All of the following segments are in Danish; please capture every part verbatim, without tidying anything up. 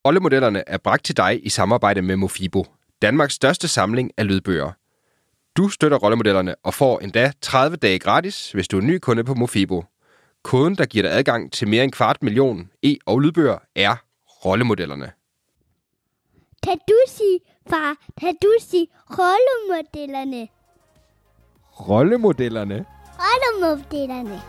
Rollemodellerne er bragt til dig i samarbejde med Mofibo, Danmarks største samling af lydbøger. Du støtter rollemodellerne og får endda tredive dage gratis, hvis du er ny kunde på Mofibo. Koden, der giver dig adgang til mere end kvart million e- og lydbøger, er rollemodellerne. Kan du sige, far, kan du sige rollemodellerne? Rollemodellerne? Rollemodellerne.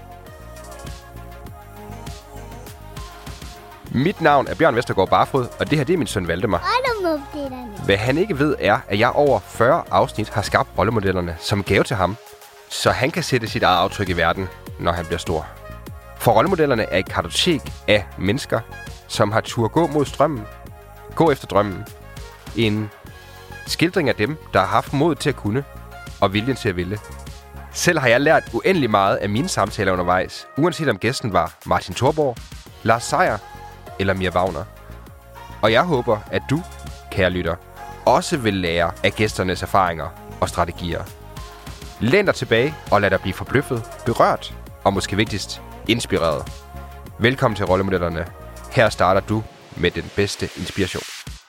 Mit navn er Bjørn Vestergaard Barfod, og det her det er min søn Valdemar. Rollemodellerne. Hvad han ikke ved er, at jeg over fyrre afsnit har skabt rollemodellerne som gave til ham, så han kan sætte sit eget aftryk i verden, når han bliver stor. For rollemodellerne er et kartotek af mennesker, som har tur gå mod strømmen, gå efter drømmen. En skildring af dem, der har haft mod til at kunne og viljen til at ville. Selv har jeg lært uendelig meget af mine samtaler undervejs, uanset om gæsten var Martin Thorborg, Lars Seier eller Mia Wagner. Og jeg håber, at du, kære lytter, også vil lære af gæsternes erfaringer og strategier. Læn dig tilbage og lad dig blive forbløffet, berørt og måske vigtigst inspireret. Velkommen til Rollemodellerne. Her starter du med den bedste inspiration.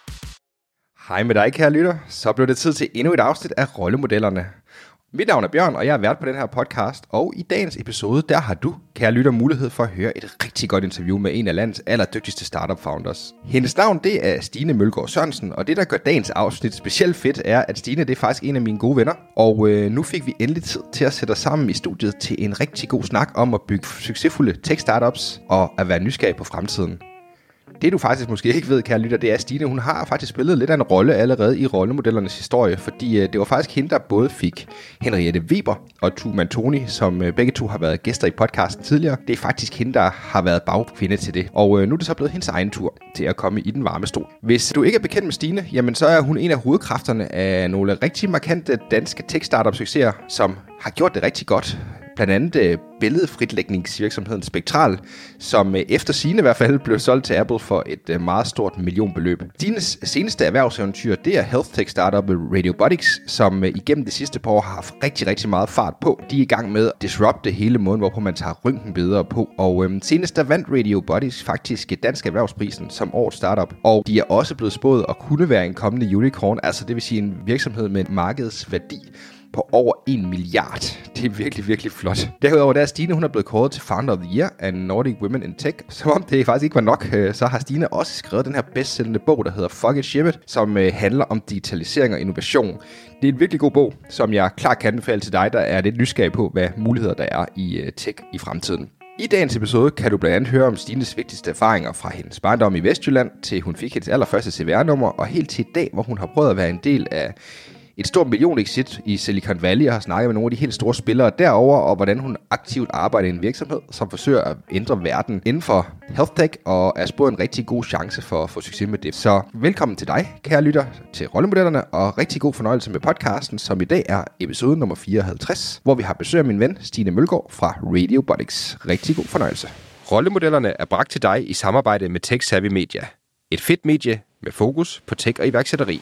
Hej med dig, kære lytter. Så blev det tid til endnu et afsnit af Rollemodellerne. Mit navn er Bjørn, og jeg er vært på den her podcast, og i dagens episode, der har du, kære lytter, mulighed for at høre et rigtig godt interview med en af landets allerdygtigste startup founders. Hendes navn, det er Stine Mølgaard Sørensen, og det, der gør dagens afsnit specielt fedt, er, at Stine, det er faktisk en af mine gode venner, og øh, nu fik vi endelig tid til at sætte os sammen i studiet til en rigtig god snak om at bygge succesfulde tech-startups og at være nysgerrig på fremtiden. Det du faktisk måske ikke ved, kære lytter, det er, at Stine, hun har faktisk spillet lidt af en rolle allerede i rollemodellernes historie, fordi øh, det var faktisk hende, der både fik Henriette Weber og Tu Mantoni, som øh, begge to har været gæster i podcasten tidligere. Det er faktisk hende, der har været bagkvinde til det, og øh, nu er det så blevet hendes egen tur til at komme i den varme stol. Hvis du ikke er bekendt med Stine, jamen så er hun en af hovedkræfterne af nogle rigtig markante danske tech-startup-succeser, som har gjort det rigtig godt. Blandt andet billedfritlægningsvirksomheden Spektral, som efter sigende i hvert fald blev solgt til Apple for et meget stort millionbeløb. Stines seneste erhvervseventyr, det er health tech startup Radiobotics, som igennem det sidste par år har haft rigtig, rigtig meget fart på. De er i gang med at disrupte hele måden, hvorpå man tager røntgenbilleder på. Og øhm, senest der vandt Radiobotics faktisk Dansk Erhvervsprisen som årets startup. Og de er også blevet spået at kunne være en kommende unicorn, altså det vil sige en virksomhed med en markedsværdi på over en milliard. Det er virkelig, virkelig flot. Derudover der er Stine, hun er blevet kåret til Founder of the Year af Nordic Women in Tech. Som om det faktisk ikke var nok, så har Stine også skrevet den her bedstsellende bog, der hedder Fuck It, Ship It, som handler om digitalisering og innovation. Det er en virkelig god bog, som jeg klart kan anbefale til dig, der er lidt nysgerrig på, hvad muligheder der er i tech i fremtiden. I dagens episode kan du blandt andet høre om Stines vigtigste erfaringer fra hendes barndom i Vestjylland, til hun fik hendes allerførste C V R-nummer, og helt til i dag, hvor hun har prøvet at være en del af et stort million-exit i Silicon Valley, og har snakket med nogle af de helt store spillere derover, og hvordan hun aktivt arbejder i en virksomhed, som forsøger at ændre verden inden for health tech, og er spået en rigtig god chance for at få succes med det. Så velkommen til dig, kære lytter, til Rollemodellerne, og rigtig god fornøjelse med podcasten, som i dag er episode nummer fireoghalvtreds, hvor vi har besøg af min ven Stine Mølgaard fra Radiobotics. Rigtig god fornøjelse. Rollemodellerne er bragt til dig i samarbejde med Tech Savvy Media. Et fedt medie med fokus på tech og iværksætteri.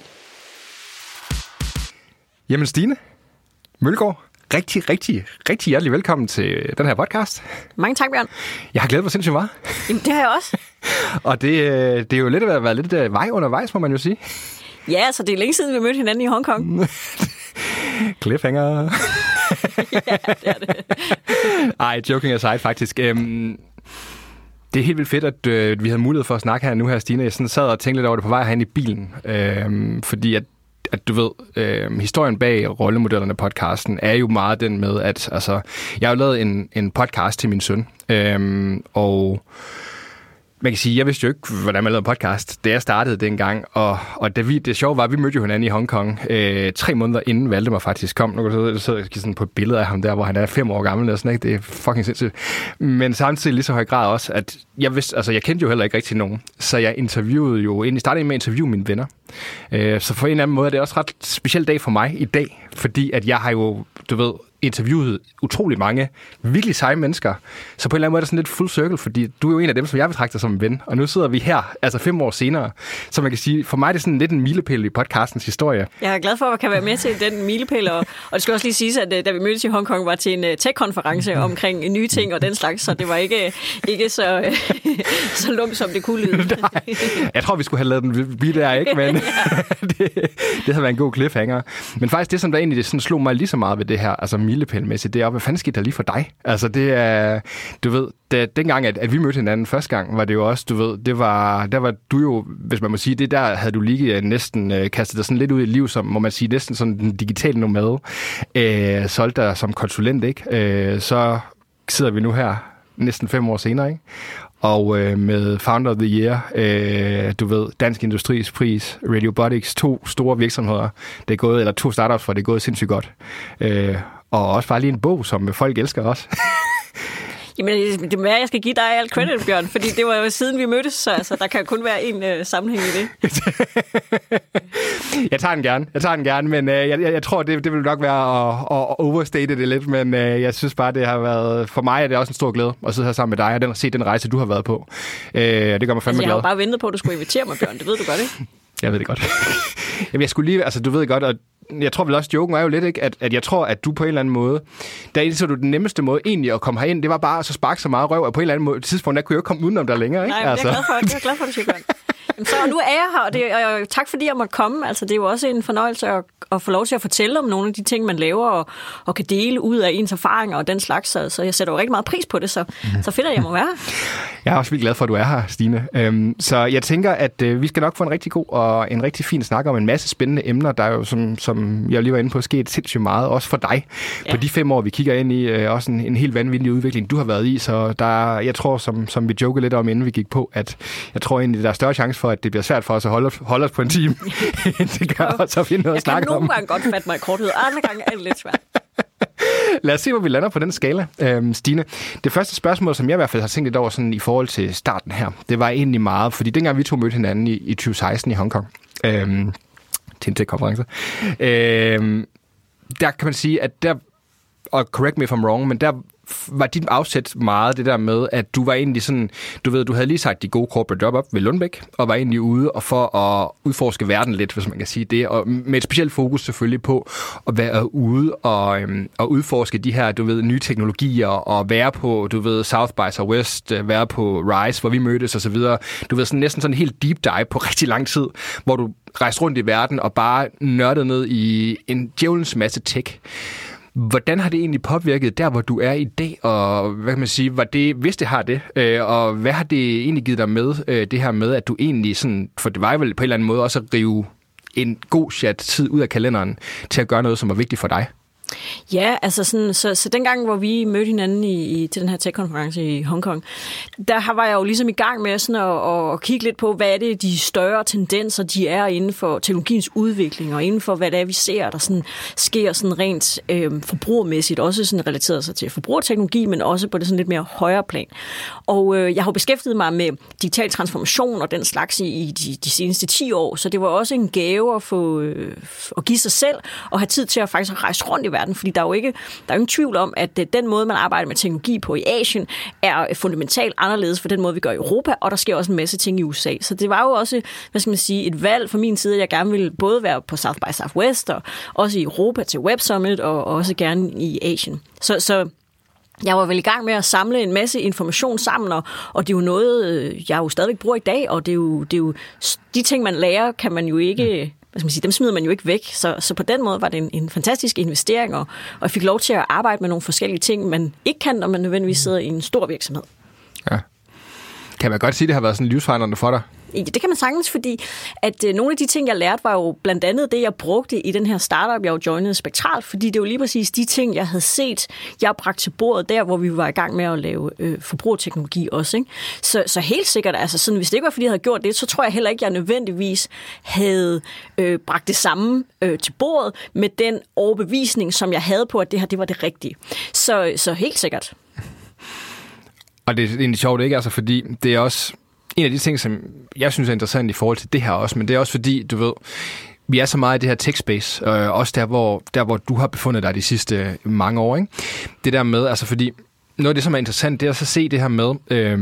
Jamen Stine Mølgaard, rigtig, rigtig, rigtig hjertelig velkommen til den her podcast. Mange tak, Bjørn. Jeg har glædet mig sindssygt meget. Jamen, det har jeg også. Og det, det er jo lidt at være lidt vej undervejs, må man jo sige. Ja, så det er længe siden, vi mødte hinanden i Hongkong. Cliffhanger. Ja, det er det. Ej, joking aside faktisk. Øhm, det er helt vildt fedt, at øh, vi havde mulighed for at snakke her nu her, Stine. Jeg sådan sad og tænkte lidt over det på vej herinde i bilen. Øhm, fordi at at du ved, øh, historien bag Rollemodellerne podcasten er jo meget den med, at altså, jeg har jo lavet en, en podcast til min søn, øh, og man kan sige, jeg vidste jo ikke, hvordan man lavede podcast, da jeg startede dengang, og, og det, vi, det sjove var, at vi mødte jo hinanden i Hongkong øh, tre måneder inden Valdemar faktisk kom. Nu kan du sidde sådan på et billede af ham der, hvor han er fem år gammel, og sådan, ikke? Det er fucking sindssygt. Men samtidig lige så høj grad også, at jeg vidste, altså jeg kendte jo heller ikke rigtig nogen, så jeg interviewede jo, egentlig startede med at interviewe mine venner. Øh, så på en eller anden måde er det også ret speciel dag for mig i dag, fordi at jeg har jo, du ved, interviewet utrolig mange virkelig seje mennesker. Så på en eller anden måde er det sådan lidt full circle, fordi du er jo en af dem, som jeg betragter som en ven. Og nu sidder vi her, altså fem år senere. Så man kan sige, for mig er det sådan lidt en milepæl i podcastens historie. Jeg er glad for, at jeg kan være med til den milepæl. Og, og det skal også lige siges, at da vi mødtes i Hongkong, var til en tech-konference omkring nye ting og den slags. Så det var ikke, ikke så, så lumt, som det kunne lyde. Nej, jeg tror, vi skulle have lavet den blive der, ikke? Men det, det havde været en god cliffhanger. Men faktisk det, som der egentlig sådan slog mig lige så meget ved det her, altså milepælmæssigt, det er, hvad fanden skete der lige for dig? Altså det er, du ved, det, dengang, at, at vi mødte hinanden første gang, var det jo også, du ved, det var, der var du jo, hvis man må sige, det der havde du lige næsten øh, kastet dig sådan lidt ud i et liv, som må man sige, næsten sådan en digital nomade, øh, solgte dig som konsulent, ikke? Øh, så sidder vi nu her næsten fem år senere, ikke? Og øh, med Founder of the Year, øh, du ved, Dansk Industris pris, Radiobotics, to store virksomheder, det er gået, eller to startups, for det er gået sindssygt godt. Øh, og også bare lige en bog, som folk elsker også. Jamen, det er, jeg skal give dig alt credit, Bjørn, fordi det var jo siden vi mødtes, så altså, der kan kun være en øh, sammenhæng i det. Jeg tager den gerne, jeg tager den gerne, men øh, jeg, jeg tror, det, det vil nok være at, at overstate det lidt, men øh, jeg synes bare, det har været, for mig er det også en stor glæde at sidde her sammen med dig, og den, se den rejse, du har været på. Øh, det gør mig fandme altså, glad. Jeg har bare ventet på, at du skulle invitere mig, Bjørn, det ved du godt, ikke? Jeg ved det godt. Jamen, jeg skulle lige, altså du ved godt, og jeg tror vel også, joken er jo lidt, ikke, at, at jeg tror, at du på en eller anden måde, der indså du den nemmeste måde egentlig at komme herind, det var bare at så sparke så meget røv, og på en eller anden måde, tidspunkt, der kunne jeg jo ikke komme udenom der længere, ikke? Nej, altså. det er jeg glad for, det er glad for, du siger, Bjørn. Jamen, så nu er jeg her, og, det, og tak fordi jeg måtte komme. Altså, det er jo også en fornøjelse at, at få lov til at fortælle om nogle af de ting, man laver, og, og kan dele ud af ens erfaringer og den slags. Så, så jeg sætter jo rigtig meget pris på det, så, mm. så fedt, at jeg må være her. Jeg er også vildt glad for, at du er her, Stine. Øhm, så jeg tænker, at øh, vi skal nok få en rigtig god og en rigtig fin snak om en masse spændende emner, der er jo, som, som jeg lige var inde på, sket sindssygt meget, også for dig. Ja. På de fem år, vi kigger ind i, øh, også en, en helt vanvittig udvikling, du har været i. Så der, jeg tror, som, som vi jokede lidt om, inden vi gik på, at jeg tror egentlig, der er større chance for, at det bliver svært for os at holde, holde os på en time. Det gør os at finde noget at snakke om. Jeg kan nogle gange godt fatte mig i korthed, andre gange er det lidt svært. Lad os se, hvor vi lander på den skala. Øhm, Stine, det første spørgsmål, som jeg i hvert fald har tænkt lidt over sådan, i forhold til starten her, det var egentlig meget, fordi dengang vi to mødte hinanden i, i tyve seksten i Hongkong, øhm, til en tech-konference, øhm, der kan man sige, at der, og correct me if I'm wrong, men der var dit afsæt meget det der med, at du var egentlig sådan, du ved, du havde lige sagt de gode corporate job op ved Lundbæk, og var egentlig ude og for at udforske verden lidt, hvis man kan sige det, og med et specielt fokus selvfølgelig på at være ude og, øhm, og udforske de her, du ved, nye teknologier, og være på, du ved, South by Southwest, være på Rise, hvor vi mødtes og så videre. Du ved, sådan næsten sådan en helt deep dive på rigtig lang tid, hvor du rejste rundt i verden og bare nørdede ned i en djævelens masse tech. Hvordan har det egentlig påvirket der, hvor du er i dag, og hvad kan man sige, var det, hvis det har det, øh, og hvad har det egentlig givet dig med, øh, det her med, at du egentlig sådan, for det var vel på en eller anden måde også at rive en god chat tid ud af kalenderen til at gøre noget, som var vigtigt for dig? Ja, altså sådan, så, så dengang, hvor vi mødte hinanden i, i, til den her tech-konference i Hongkong, der var jeg jo ligesom i gang med sådan at, at kigge lidt på, hvad er det, de større tendenser, de er inden for teknologiens udvikling, og inden for, hvad det er, vi ser, der sådan sker sådan rent øh, forbrugermæssigt, også sådan relateret sig til forbrugerteknologi, men også på det sådan lidt mere højere plan. Og øh, jeg har jo beskæftiget mig med digital transformation og den slags i, i de, de seneste ti år, så det var også en gave at få øh, at give sig selv, og have tid til at faktisk rejse rundt i verden. Fordi der er jo ikke, der er ingen tvivl om, at den måde, man arbejder med teknologi på i Asien, er fundamentalt anderledes for den måde, vi gør i Europa, og der sker også en masse ting i U S A. Så det var jo også, hvad skal man sige, et valg fra min side, at jeg gerne ville både være på South by Southwest, og også i Europa til Web Summit, og også gerne i Asien. Så, så jeg var vel i gang med at samle en masse information sammen, og, og det er jo noget, jeg jo stadigvæk bruger i dag, og det er jo, det er jo de ting, man lærer, kan man jo ikke... Hvad skal man sige, dem smider man jo ikke væk, så, så på den måde var det en, en fantastisk investering, og, og jeg fik lov til at arbejde med nogle forskellige ting, man ikke kan, når man nødvendigvis sidder i en stor virksomhed. Ja. Kan man godt sige, at det har været sådan livsforandrende for dig? Det kan man sagtens, fordi at øh, nogle af de ting, jeg lærte, var jo blandt andet det, jeg brugte i den her startup, jeg jo joinede Spektralt, fordi det var lige præcis de ting, jeg havde set, jeg bragte til bordet der, hvor vi var i gang med at lave øh, forbrugerteknologi også. Ikke? Så, så helt sikkert, altså sådan, hvis det ikke var, fordi jeg havde gjort det, så tror jeg heller ikke, jeg nødvendigvis havde øh, bragt det samme øh, til bordet med den overbevisning, som jeg havde på, at det her, det var det rigtige. Så, så helt sikkert. Og det er egentlig sjovt, ikke? Altså, fordi det er også en af de ting, som jeg synes er interessant i forhold til det her også, men det er også fordi, du ved, vi er så meget i det her tech-space, øh, også der hvor, der, hvor du har befundet dig de sidste mange år, ikke? Det der med, altså fordi, noget af det, som er interessant, det er at så se det her med øh,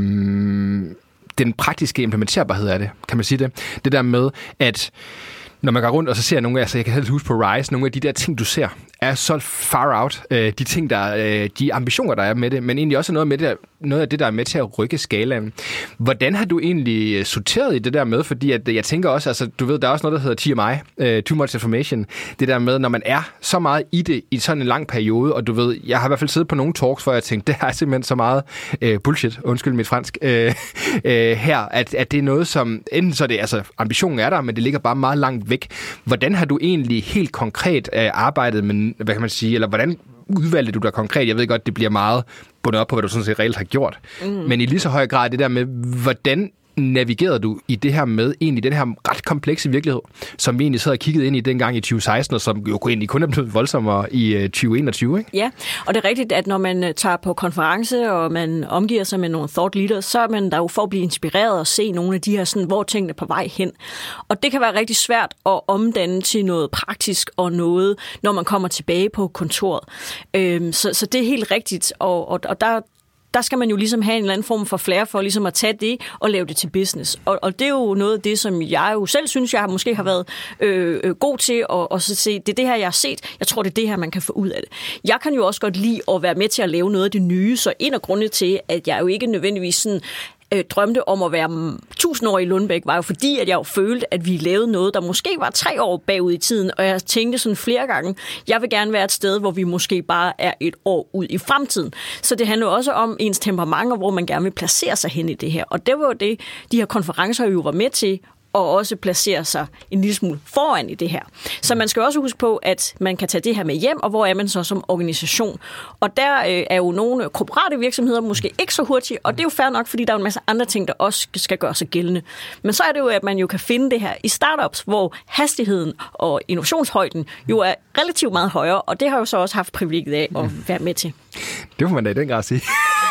den praktiske implementerbarhed af det, kan man sige det. Det der med, at når man går rundt og så ser nogle af, altså jeg kan selv huske på Rise, nogle af de der ting, du ser, er så far out. Øh, de ting, der, øh, de ambitioner, der er med det, men egentlig også noget, med det, noget af det, der er med til at rykke skalaen. Hvordan har du egentlig sorteret i det der med? Fordi at, jeg tænker også, altså du ved, der er også noget, der hedder T M I, uh, Too Much Information. Det der med, når man er så meget i det i sådan en lang periode, og du ved, jeg har i hvert fald siddet på nogle talks, hvor jeg tænkte, det er simpelthen så meget uh, bullshit, undskyld mit fransk, uh, uh, her, at, at det er noget, som, enten så er det, altså ambitionen er der, men det ligger bare meget langt væk. Hvordan har du egentlig helt konkret uh, arbejdet med, hvad kan man sige, eller hvordan udvalgte du dig konkret? Jeg ved godt, det bliver meget bundet op på, hvad du sådan set reelt har gjort. Mm. Men i lige så høj grad det der med, hvordan navigerede du i det her med egentlig den her ret komplekse virkelighed, som vi egentlig sad og kiggede ind i dengang i tyve seksten, og som jo egentlig kun er blevet voldsommere i tyve enogtyve, ikke? Ja, og det er rigtigt, at når man tager på konference, og man omgiver sig med nogle thought leaders, så er man der jo for at blive inspireret og se nogle af de her, sådan, hvor tingene er på vej hen. Og det kan være rigtig svært at omdanne til noget praktisk og noget, når man kommer tilbage på kontoret. Øhm, så, så det er helt rigtigt, og, og, og der der skal man jo ligesom have en eller anden form for flair for ligesom at tage det og lave det til business. Og, og det er jo noget af det, som jeg jo selv synes, jeg måske har været øh, øh, god til at, at se, det er det her, jeg har set. Jeg tror, det er det her, man kan få ud af det. Jeg kan jo også godt lide at være med til at lave noget af det nye, så en af grundene til, at jeg jo ikke nødvendigvis sådan øh, drømte om at være tusind år i Lundbæk, var jo fordi, at jeg jo følte, at vi lavede noget, der måske var tre år bagud i tiden, og jeg tænkte sådan flere gange, jeg vil gerne være et sted, hvor vi måske bare er et år ud i fremtiden. Så det handler også om ens temperament, og hvor man gerne vil placere sig hen i det her. Og det var jo det, de her konferencer jo var med til, og også placere sig en lille smule foran i det her. Så man skal også huske på, at man kan tage det her med hjem, og hvor er man så som organisation. Og der øh, er jo nogle korporate virksomheder måske ikke så hurtige, og det er jo fair nok, fordi der er en masse andre ting, der også skal gøre sig gældende. Men så er det jo, at man jo kan finde det her i startups, hvor hastigheden og innovationshøjden jo er relativt meget højere, og det har jo så også haft privilegiet af at være med til. Det må man da i den grad sige.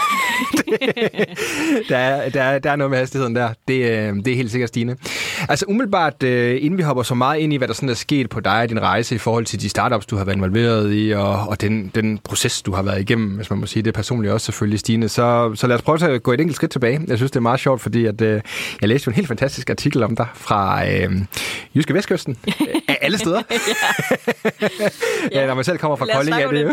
der, er, der, er, der er noget med hastigheden der. Det, det er helt sikkert, Stine. Altså umiddelbart, inden vi hopper så meget ind i, hvad der sådan er sket på dig og din rejse i forhold til de startups, du har været involveret i, og, og den, den proces, du har været igennem, hvis man må sige det personligt også selvfølgelig, Stine, så, så lad os prøve at gå et enkelt skridt tilbage. Jeg synes, det er meget sjovt, fordi at, jeg læste jo en helt fantastisk artikel om dig fra øh, Jyske Vestkysten. Af alle steder. ja, når man selv kommer fra Kolding, er det jo.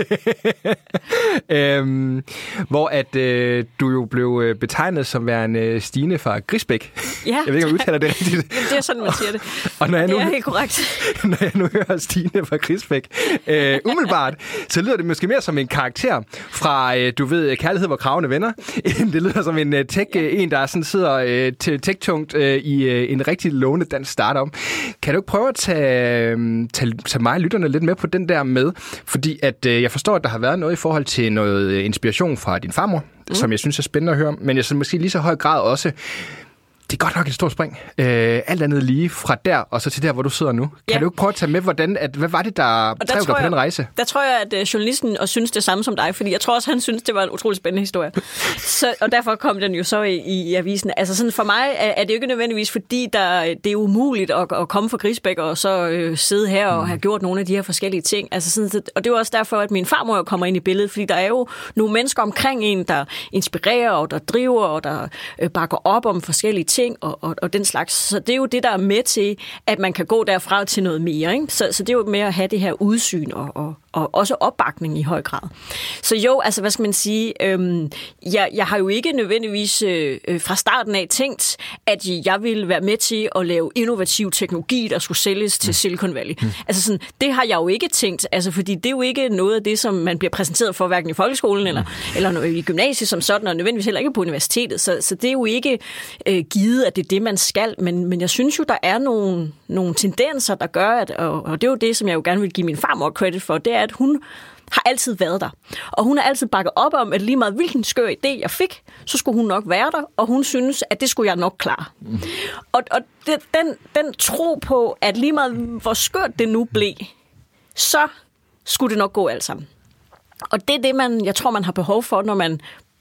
øhm, hvor at øh, du jo blev betegnet som værende Stine fra Grisbæk. Ja. Jeg ved ikke, om jeg udtaler det rigtigt. Det er sådan, man siger det. Og når jeg det nu, er helt korrekt. Når jeg nu hører Stine fra Grisbæk, øh, umiddelbart, så lyder det måske mere som en karakter fra, øh, du ved, Kærlighed, hvor kragene vender. Det lyder som en uh, tech, ja. en, der sådan sidder øh, tech-tungt øh, i øh, en rigtig lovende dansk startup. Kan du ikke prøve at tage, øh, tage, tage mig og lytterne lidt med på den der med? Fordi at øh, jeg forstår, at der har været noget i forhold til noget inspiration fra din farmor, mm. som jeg synes er spændende at høre, men jeg synes måske lige så høj grad også, det er godt nok et stort spring. Øh, alt andet lige fra der og så til der, hvor du sidder nu. Kan ja. du ikke prøve at tage med, hvordan, at, hvad var det, der drev dig på jeg, den rejse? Der tror jeg, at uh, journalisten også synes det samme som dig, fordi jeg tror også, han synes, det var en utrolig spændende historie. så, og derfor kom den jo så i, i avisen. Altså sådan for mig er, er det jo ikke nødvendigvis, fordi der, det er umuligt at, at komme fra Grisbæk og så øh, sidde her og mm. have gjort nogle af de her forskellige ting. Altså sådan, og det er også derfor, at min farmor kommer ind i billedet, fordi der er jo nogle mennesker omkring en, der inspirerer og der driver og der øh, bakker op om forskellige ting og, og, og den slags. Så det er jo det, der er med til, at man kan gå derfra til noget mere. Ikke? Så, så det er jo med at have det her udsyn og, og, og også opbakning i høj grad. Så jo, altså hvad skal man sige, øhm, jeg, jeg har jo ikke nødvendigvis øh, fra starten af tænkt, at jeg ville være med til at lave innovativ teknologi, der skulle sælges til Silicon Valley. Mm. Altså sådan, det har jeg jo ikke tænkt, altså fordi det er jo ikke noget af det, som man bliver præsenteret for, hverken i folkeskolen eller, mm. eller i gymnasiet som sådan, og nødvendigvis heller ikke på universitetet. Så, så det er jo ikke øh, givet, at det er det, man skal, men, men jeg synes jo, der er nogle, nogle tendenser, der gør, at, og, og det er jo det, som jeg jo gerne vil give min farmor credit for, det er, at hun har altid været der. Og hun har altid bakket op om, at lige meget hvilken skør idé jeg fik, så skulle hun nok være der, og hun synes, at det skulle jeg nok klare. Mm. Og, og det, den, den tro på, at lige meget hvor skørt det nu blev, så skulle det nok gå alt sammen. Og det er det, man, jeg tror, man har behov for, når man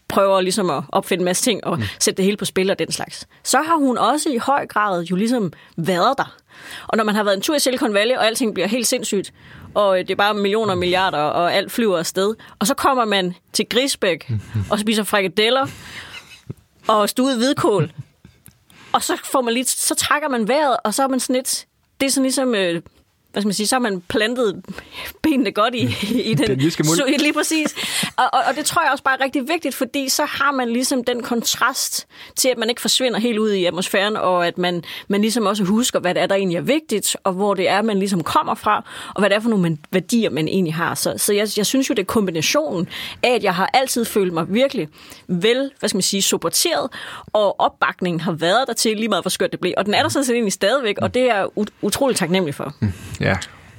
prøver ligesom at opfinde en masse ting og mm. sætte det hele på spil og den slags. Så har hun også i høj grad jo ligesom været der. Og når man har været en tur i Silicon Valley, og alting bliver helt sindssygt, og det er bare millioner og milliarder, og alt flyver afsted, og så kommer man til Grisbæk og spiser frikadeller og stuet hvidkål, og så får man lige, så trækker man vejret, og så er man sådan lidt, det er sådan ligesom, øh, hvad skal man sige, så har man plantet benene godt i, i den, den jyske muld. Lige præcis. Og, og, og det tror jeg også bare er rigtig vigtigt, fordi så har man ligesom den kontrast til, at man ikke forsvinder helt ud i atmosfæren, og at man, man ligesom også husker, hvad det er, der egentlig er vigtigt, og hvor det er, man ligesom kommer fra, og hvad det er for nogle værdier, man egentlig har. Så, så jeg, jeg synes jo, det er kombinationen af, at jeg har altid følt mig virkelig vel, hvad skal man sige, supporteret, og opbakningen har været der til lige meget, hvor skørt det blev. Og den er der sådan set egentlig stadigvæk, og det er jeg ut- utroligt taknemmelig for. Mm. Ja,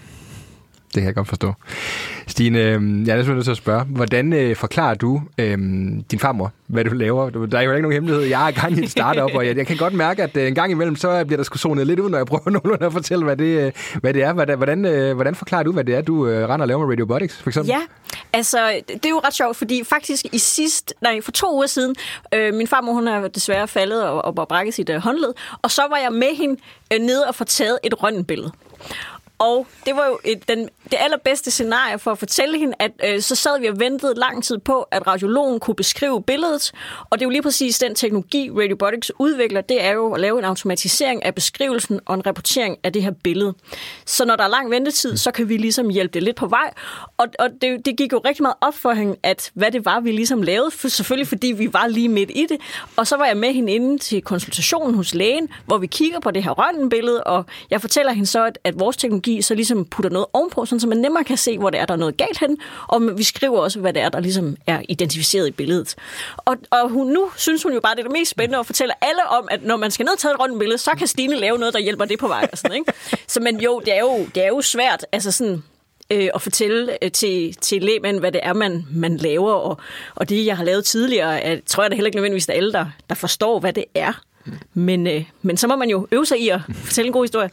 det kan jeg godt forstå. Stine, jeg er næsten nødt til at spørge, hvordan øh, forklarer du øh, din farmor, hvad du laver? Der er jo ikke nogen hemmelighed. Jeg er i gang i et startup, og jeg, jeg kan godt mærke, at øh, en gang imellem, så bliver der sgu zonet lidt ud, når jeg prøver nogenlunde at fortælle, hvad det, øh, hvad det er. Hvordan, øh, hvordan forklarer du, hvad det er, du øh, render og laver med Radiobotics, for eksempel? Ja, altså, det er jo ret sjovt, fordi faktisk i sidst, nej, for to uger siden, øh, min farmor, hun er desværre faldet og, og brækket sit øh, håndled, og så var jeg med hende øh, nede og få taget et røntgenbillede. Og det var jo et, den, det allerbedste scenarie for at fortælle hende, at øh, så sad vi og ventede lang tid på, at radiologen kunne beskrive billedet. Og det er jo lige præcis den teknologi, Radiobotics udvikler, det er jo at lave en automatisering af beskrivelsen og en rapportering af det her billede. Så når der er lang ventetid, så kan vi ligesom hjælpe det lidt på vej. Og, og det, det gik jo rigtig meget op for hende, at hvad det var, vi ligesom lavede. For, selvfølgelig fordi vi var lige midt i det. Og så var jeg med hende inde til konsultationen hos lægen, hvor vi kigger på det her røntgenbillede, og jeg fortæller hende så, at, at vores teknologi så ligesom putter noget ovenpå, sådan så man nemmere kan se, hvor det er, der er noget galt hen, og vi skriver også, hvad det er, der ligesom er identificeret i billedet. Og, og hun, nu synes hun jo bare, det er det mest spændende at fortælle alle om, at når man skal ned og tage et røntgenbillede, så kan Stine lave noget, der hjælper det på vej. Og sådan, ikke? Så men jo, det er jo, det er jo svært altså sådan, øh, at fortælle øh, til, til lægmænd, hvad det er, man, man laver, og, og det, jeg har lavet tidligere, at, tror jeg da heller ikke nødvendigvis, at alle, der, der forstår, hvad det er. Men, øh, men så må man jo øve sig i at fortælle en god historie.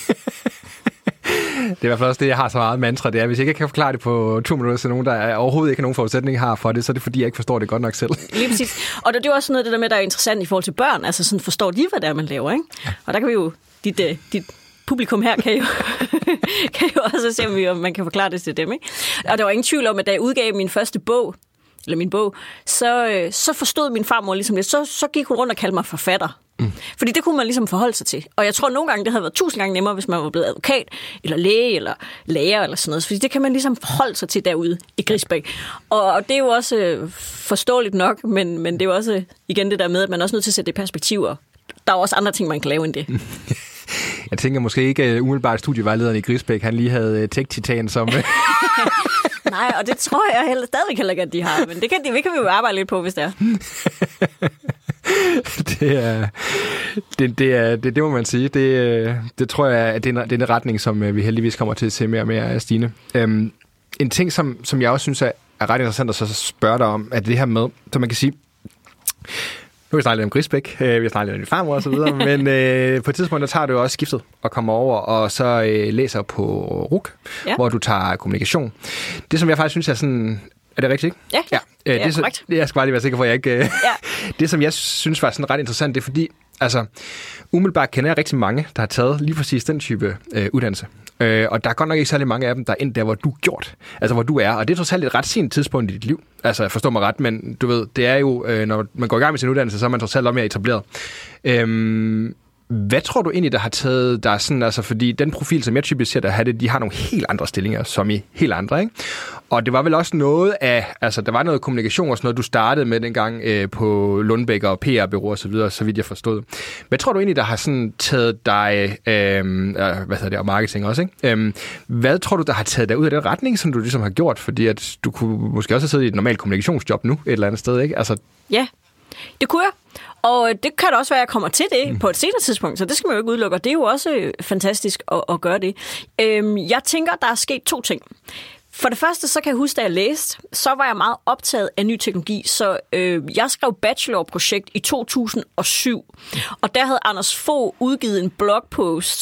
Det er i hvert fald også det, jeg har så meget mantra, det er, hvis jeg ikke kan forklare det på to minutter til nogen, der overhovedet ikke har nogen forudsætning har for det, så er det fordi, jeg ikke forstår det godt nok selv. Lige præcis. Og det er jo også noget af det der med, der er interessant i forhold til børn. Altså sådan, forstår de, hvad det er, man laver, ikke? Og der kan vi jo, dit, dit publikum her kan jo, kan jo også se, om, vi, om man kan forklare det til dem, ikke? Og der var ingen tvivl om, at da jeg udgav min første bog, eller min bog, så, så forstod min farmor ligesom det. Så, så gik hun rundt og kaldte mig forfatter. Mm. Fordi det kunne man ligesom forholde sig til. Og jeg tror, at nogle gange det havde været tusind gange nemmere, hvis man var blevet advokat, eller læge, eller lærer, eller sådan noget. Fordi det kan man ligesom forholde sig til derude i Grisbæk. Og, og det er jo også øh, forståeligt nok, men, men det er jo også igen det der med, at man er også nødt til at sætte det i perspektiv. Og der er også andre ting, man kan lave end det. Jeg tænker måske ikke uh, umiddelbart studievejlederen i Grisbæk, han lige havde uh, tech-titan som... Nej, og det tror jeg heller, stadigvæk heller ikke, at de har. Men det kan, det kan vi jo arbejde lidt på, hvis det er. det, er, det, det, er, det, det må man sige. Det, det tror jeg, at det er, en, det er en retning, som vi heldigvis kommer til at se mere og mere af, Stine. Um, en ting, som, som jeg også synes er, er ret interessant at så spørge dig om, er det her med, så man kan sige... Nu har vi snakket lidt om Grisbæk, vi har snakket lidt om din farmor og så videre, men øh, på et tidspunkt, der tager du også skiftet og kommer over, og så øh, læser på R U C, ja. Hvor du tager kommunikation. Det, som jeg faktisk synes er sådan... Er det rigtigt, ikke? Ja, ja. Øh, det, er så, korrekt. Jeg skal bare lige være sikker på, at jeg ikke... Øh, ja. Det, som jeg synes var sådan ret interessant, det er fordi, altså, umiddelbart kender jeg rigtig mange, der har taget lige præcis den type øh, uddannelse. Øh, og der er godt nok ikke særlig mange af dem, der er ind der, hvor du er gjort. Altså, hvor du er. Og det er trods alt et ret sent tidspunkt i dit liv. Altså, jeg forstår mig ret, men du ved, det er jo, øh, når man går i gang med sin uddannelse, så er man trods alt også mere etableret. Øh, Hvad tror du egentlig, der har taget der sådan, altså fordi den profil, som jeg typisk ser, der har det, de har nogle helt andre stillinger, som i helt andre, ikke? Og det var vel også noget af, altså der var noget kommunikation og sådan noget, du startede med dengang øh, på Lundbæk og P R-bureau og så videre, så vidt jeg forstod. Hvad tror du egentlig, der har sådan taget dig, øh, hvad hedder det, og marketing også, ikke? Øh, hvad tror du, der har taget dig ud af den retning, som du ligesom har gjort? Fordi at du kunne måske også have siddet i et normalt kommunikationsjob nu, et eller andet sted, ikke? Altså... Ja, det kunne jeg. Og det kan da også være, at jeg kommer til det på et senere tidspunkt, så det skal man jo ikke udelukke, og det er jo også fantastisk at, at gøre det. Øhm, jeg tænker, der er sket to ting. For det første, så kan jeg huske, da jeg læste, så var jeg meget optaget af ny teknologi, så øh, jeg skrev bachelorprojekt i to tusind og syv, og der havde Anders Fogh udgivet en blogpost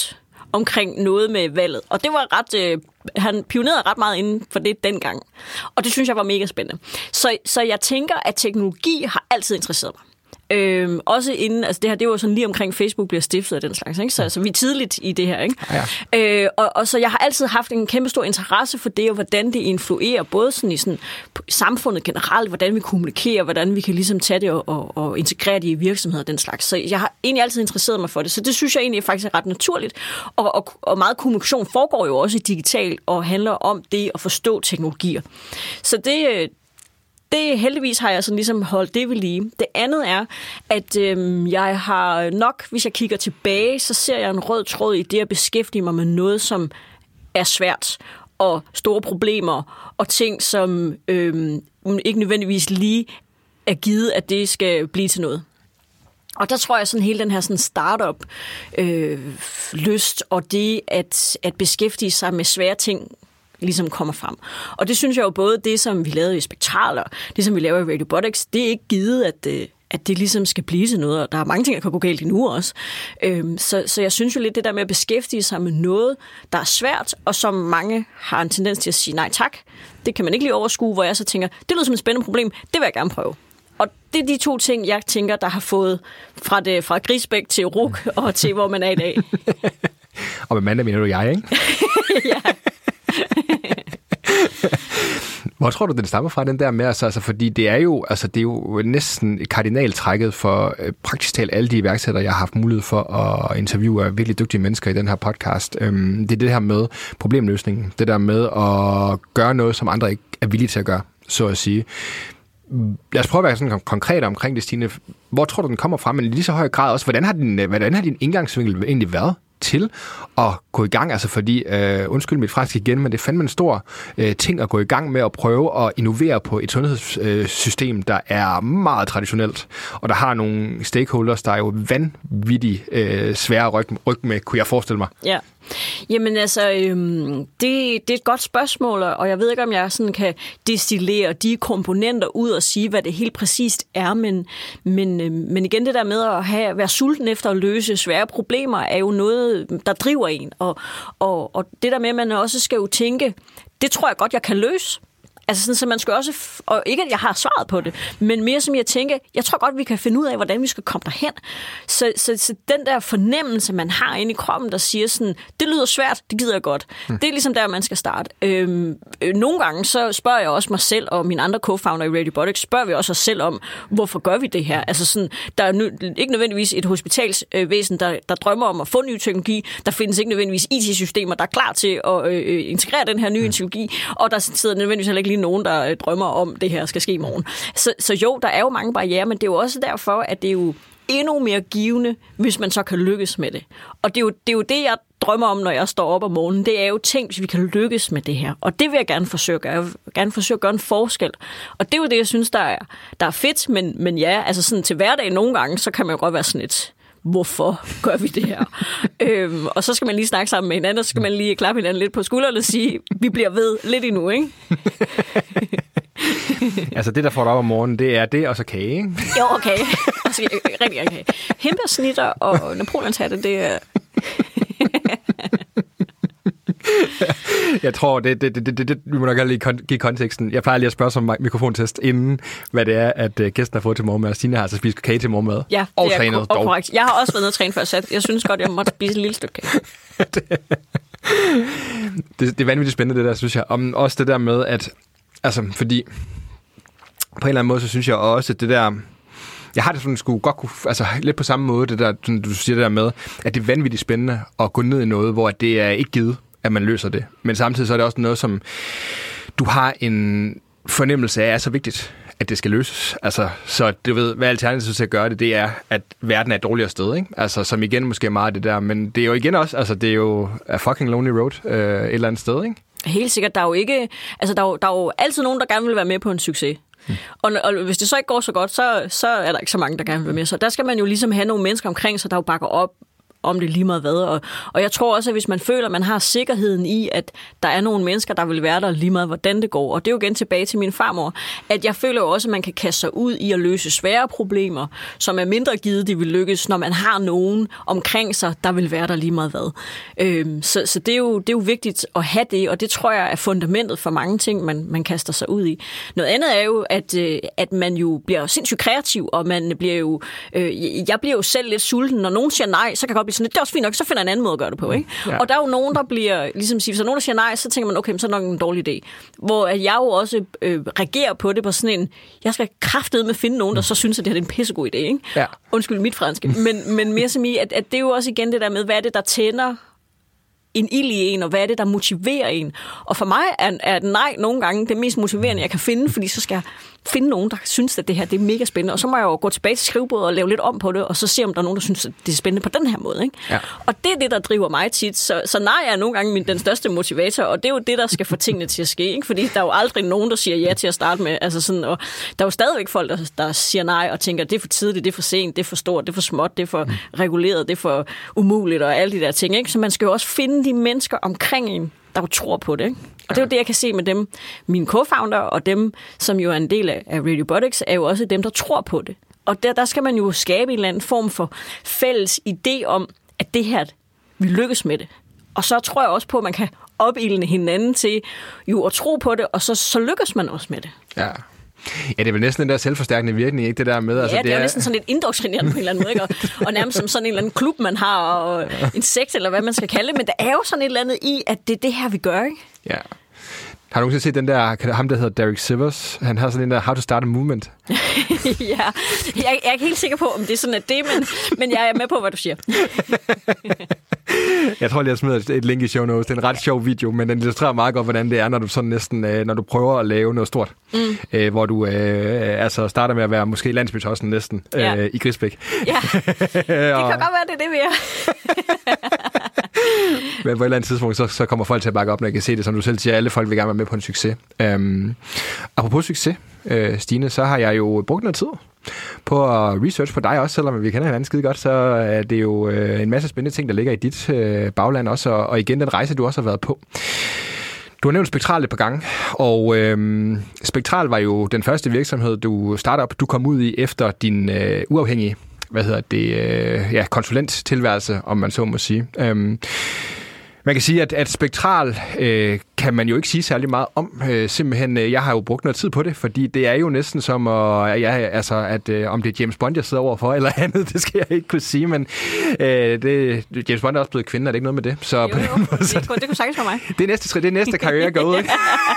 omkring noget med valget. Og det var ret... Øh, han pionerede ret meget inden for det dengang. Og det synes jeg var mega spændende. Så, så jeg tænker, at teknologi har altid interesseret mig. Øhm, også inden, altså det her, det var sådan lige omkring Facebook bliver stiftet af den slags, ikke? Så altså, vi er tidligt i det her, ikke? Ja. Øh, og, og så jeg har altid haft en kæmpe stor interesse for det, og hvordan det influerer, både sådan i sådan, samfundet generelt, hvordan vi kommunikerer, hvordan vi kan ligesom tage det og, og, og integrere det i virksomheder og den slags. Så jeg har egentlig altid interesseret mig for det, så det synes jeg egentlig faktisk er ret naturligt, og, og, og meget kommunikation foregår jo også digitalt, og handler om det at forstå teknologier. Så det Det heldigvis har jeg sådan ligesom holdt det ved lige. Det andet er, at øhm, jeg har nok, hvis jeg kigger tilbage, så ser jeg en rød tråd i det at beskæftige mig med noget, som er svært, og store problemer, og ting, som øhm, ikke nødvendigvis lige er givet, at det skal blive til noget. Og der tror jeg sådan hele den her sådan startup øh, lyst, og det at, at beskæftige sig med svære ting, ligesom kommer frem. Og det synes jeg jo både det, som vi lavede i Spektral, og det, som vi laver i Radiobotics, det er ikke givet, at det, at det ligesom skal blive til noget, og der er mange ting, der kan gå galt endnu også. Øhm, så, så jeg synes jo lidt det der med at beskæftige sig med noget, der er svært, og som mange har en tendens til at sige nej tak. Det kan man ikke lige overskue, hvor jeg så tænker, det lyder som et spændende problem, det vil jeg gerne prøve. Og det er de to ting, jeg tænker, der har fået fra, det, fra Grisbæk til R U C og til, hvor man er i dag. Og med mandag mener du jeg, ikke? Ja. Hvor tror du, den stammer fra, den der med? Altså, altså, fordi det er jo, altså, det er jo næsten kardinaltrækket for øh, praktisk talt alle de iværksættere, jeg har haft mulighed for at interviewe af virkelig dygtige mennesker i den her podcast. Øhm, det er det her med problemløsningen. Det der med at gøre noget, som andre ikke er villige til at gøre, så at sige. Lad os prøve at være sådan konkret omkring det, Stine. Hvor tror du, den kommer fra? Men i lige så høj grad også, hvordan har din, hvordan har din indgangsvinkel egentlig været til at gå i gang? Altså fordi, øh, undskyld mit fransk igen, men det er fandme en stor øh, ting at gå i gang med at prøve at innovere på et sundhedssystem, øh, der er meget traditionelt, og der har nogle stakeholders, der er jo vanvittigt øh, svære at rykke, rykke med, kunne jeg forestille mig. Ja. Jamen altså, øhm, det, det er et godt spørgsmål, og jeg ved ikke, om jeg sådan kan destillere de komponenter ud og sige, hvad det helt præcist er, men, men, øh, men igen, det der med at have, være sulten efter at løse svære problemer, er jo noget, der driver en, og, og, og det der med, at man også skal jo tænke, det tror jeg godt, jeg kan løse. Altså sådan, så man skal også, og ikke at jeg har svaret på det, men mere som jeg tænker, jeg tror godt, vi kan finde ud af, hvordan vi skal komme derhen. Så, så, så den der fornemmelse, man har inde i kroppen, der siger sådan, det lyder svært, det gider jeg godt. Hmm. Det er ligesom der, man skal starte. Øhm, øh, nogle gange så spørger jeg også mig selv, og mine andre co-founder i Radiobotics, spørger vi også os selv om, hvorfor gør vi det her? Altså sådan, der er nø- ikke nødvendigvis et hospitalsvæsen, der, der drømmer om at få ny teknologi. Der findes ikke nødvendigvis I T-systemer, der er klar til at øh, integrere den her nye hmm. teknologi, og der sidder nødvendigvis heller ikke lige nogen, der drømmer om, det her skal ske i morgen. Så, så jo, der er jo mange barrierer, men det er jo også derfor, at det er jo endnu mere givende, hvis man så kan lykkes med det. Og det er jo det, er jo det jeg drømmer om, når jeg står op om morgenen. Det er jo tænkt, hvis vi kan lykkes med det her. Og det vil jeg gerne forsøge at gøre. Jeg vil gerne forsøge at gøre en forskel. Og det er jo det, jeg synes, der er, der er fedt, men, men ja, altså sådan til hverdag nogle gange, så kan man jo godt være sådan et, hvorfor gør vi det her? øhm, og så skal man lige snakke sammen med hinanden, og så skal man lige klappe hinanden lidt på skulderen og sige, vi bliver ved lidt endnu, ikke? Altså det, der får dig op om morgenen, det er det, og så kage, ikke? Jo, okay. Altså, rigtig gerne kage. Hindbærsnitter og napoleonshatte, det er... Jeg tror, det, det, det, det, det, vi må nok lige give konteksten. Jeg plejer lige at spørge som mikrofontest inden, hvad det er, at gæsten har fået til morgenmad. Stine har altså spist kage til morgenmad. Ja, og det er trænet, ko- korrekt. Jeg har også været nede og træne før, så jeg synes godt, jeg måtte spise et lille stykke kage. det, det er vanvittigt spændende, det der, synes jeg. Om også det der med, at... Altså, fordi... På en eller anden måde, så synes jeg også, at det der... Jeg har det sådan, skulle godt kunne, altså lidt på samme måde, det der, du siger det der med, at det er vanvittigt spændende at gå ned i noget, hvor det er ikke givet, at man løser det. Men samtidig så er det også noget, som du har en fornemmelse af, er så vigtigt, at det skal løses. Altså, så du ved, hvad alternativet til at gøre det, det er, at verden er et dårligere sted, ikke? Altså, som igen måske er meget det der, men det er jo igen også, altså det er jo a fucking lonely road øh, et eller andet sted, ikke? Helt sikkert. Der er jo ikke, altså der er jo, der er jo altid nogen, der gerne vil være med på en succes. Hmm. Og, og hvis det så ikke går så godt, så, så er der ikke så mange, der gerne vil være med. Så der skal man jo ligesom have nogle mennesker omkring sig, der jo bakker op om det lige meget hvad. Og, og jeg tror også, at hvis man føler, at man har sikkerheden i, at der er nogle mennesker, der vil være der lige meget, hvordan det går. Og det er jo igen tilbage til min farmor, at jeg føler jo også, at man kan kaste sig ud i at løse svære problemer, som er mindre givet, de vil lykkes, når man har nogen omkring sig, der vil være der lige meget hvad. Øhm, så så det, er jo, det er jo vigtigt at have det, og det tror jeg er fundamentet for mange ting, man, man kaster sig ud i. Noget andet er jo, at, øh, at man jo bliver sindssygt kreativ, og man bliver jo, øh, jeg bliver jo selv lidt sulten. Når nogen siger nej, så kan jeg godt blive sådan lidt, det er også fint nok, så finder jeg en anden måde at gøre det på, ikke? Ja. Og der er jo nogen, der bliver, ligesom siger, så nogen, der siger nej, så tænker man, okay, så er det nok en dårlig idé. Hvor jeg jo også øh, reagerer på det på sådan en, jeg skal kraftedeme finde nogen, der så synes, at det her er en pissegod idé, ikke? Ja. Undskyld mit franske. Men, men mere som i, at, at det er jo også igen det der med, hvad er det, der tænder en ild i en, og hvad er det, der motiverer en. Og for mig er, er et nej nogle gange det mest motiverende, jeg kan finde, fordi så skal jeg finde nogen, der synes, at det her det er mega spændende. Og så må jeg jo gå tilbage til skrivebordet og lave lidt om på det, og så se, om der er nogen, der synes, at det er spændende på den her måde. Ikke? Ja. Og det er det, der driver mig tit. Så, så nej er nogle gange min, den største motivator, og det er jo det, der skal få tingene til at ske. Ikke? Fordi der er jo aldrig nogen, der siger ja til at starte med. Altså sådan, og der er jo stadigvæk folk, der, der siger nej og tænker, det er for tidligt, det er for sent, det er for stort, det er for småt, det er for reguleret, det er for umuligt og alle de der ting. Ikke? Så man skal jo også finde de mennesker omkring en, der jo tror på det. Ikke? Og det er jo det, jeg kan se med dem, mine co-founder, og dem, som jo er en del af Radiobotics, er jo også dem, der tror på det. Og der, der skal man jo skabe en eller anden form for fælles idé om, at det her, vi lykkes med det. Og så tror jeg også på, at man kan opildne hinanden til jo at tro på det, og så, så lykkes man også med det. Ja. Ja, det er vel næsten den der selvforstærkende virkning, ikke det der med? Ja, altså, det, det er er jo næsten sådan lidt indoktrinerende på en eller anden måde, ikke? Og, og nærmest som sådan en eller anden klub, man har, og en sekt, eller hvad man skal kalde det, men der er jo sådan et eller andet i, at det er det her, vi gør, ikke? Ja. Har du nogensinde set den der, ham der hedder Derek Sivers? Han har sådan en der, How to Start a Movement. ja, jeg, jeg er ikke helt sikker på, om det er sådan, at det, men, men jeg er med på, hvad du siger. Jeg tror lige, jeg smider et link i show notes. Det er en ret sjov video, men den illustrerer meget godt, hvordan det er, når du sådan næsten, når du prøver at lave noget stort. Mm. Øh, hvor du øh, altså starter med at være måske landsbytossen næsten ja. øh, i Grisbæk. Ja, det kan og... godt være, det er det, vi er. Men på et eller andet tidspunkt, så, så kommer folk til at bakke op, når jeg kan se det, som du selv siger, alle folk vil gerne være med på en succes. Um, apropos succes, uh, Stine, så har jeg jo brugt noget tid på at research på dig også, selvom vi kender hinanden skide godt, så er det jo uh, en masse spændende ting, der ligger i dit uh, bagland også, og, og igen den rejse, du også har været på. Du har nævnt Spektral et par gange, og øhm, Spektral var jo den første virksomhed, du startede op, du kom ud i efter din øh, uafhængige, hvad hedder det, øh, ja, konsulenttilværelse, om man så må sige. Øhm, man kan sige, at, at Spektral øh, kan man jo ikke sige særlig meget om. Øh, simpelthen, øh, jeg har jo brugt noget tid på det, fordi det er jo næsten som, at, ja, altså, at øh, om det er James Bond, jeg sidder overfor, eller andet, det skal jeg ikke kunne sige, men øh, det, James Bond er også blevet kvinde, er det ikke noget med det? Så jo, på jo, den måde, det, det, det kunne sagtens for mig. Det er næste, det er næste karriere går ud, ikke?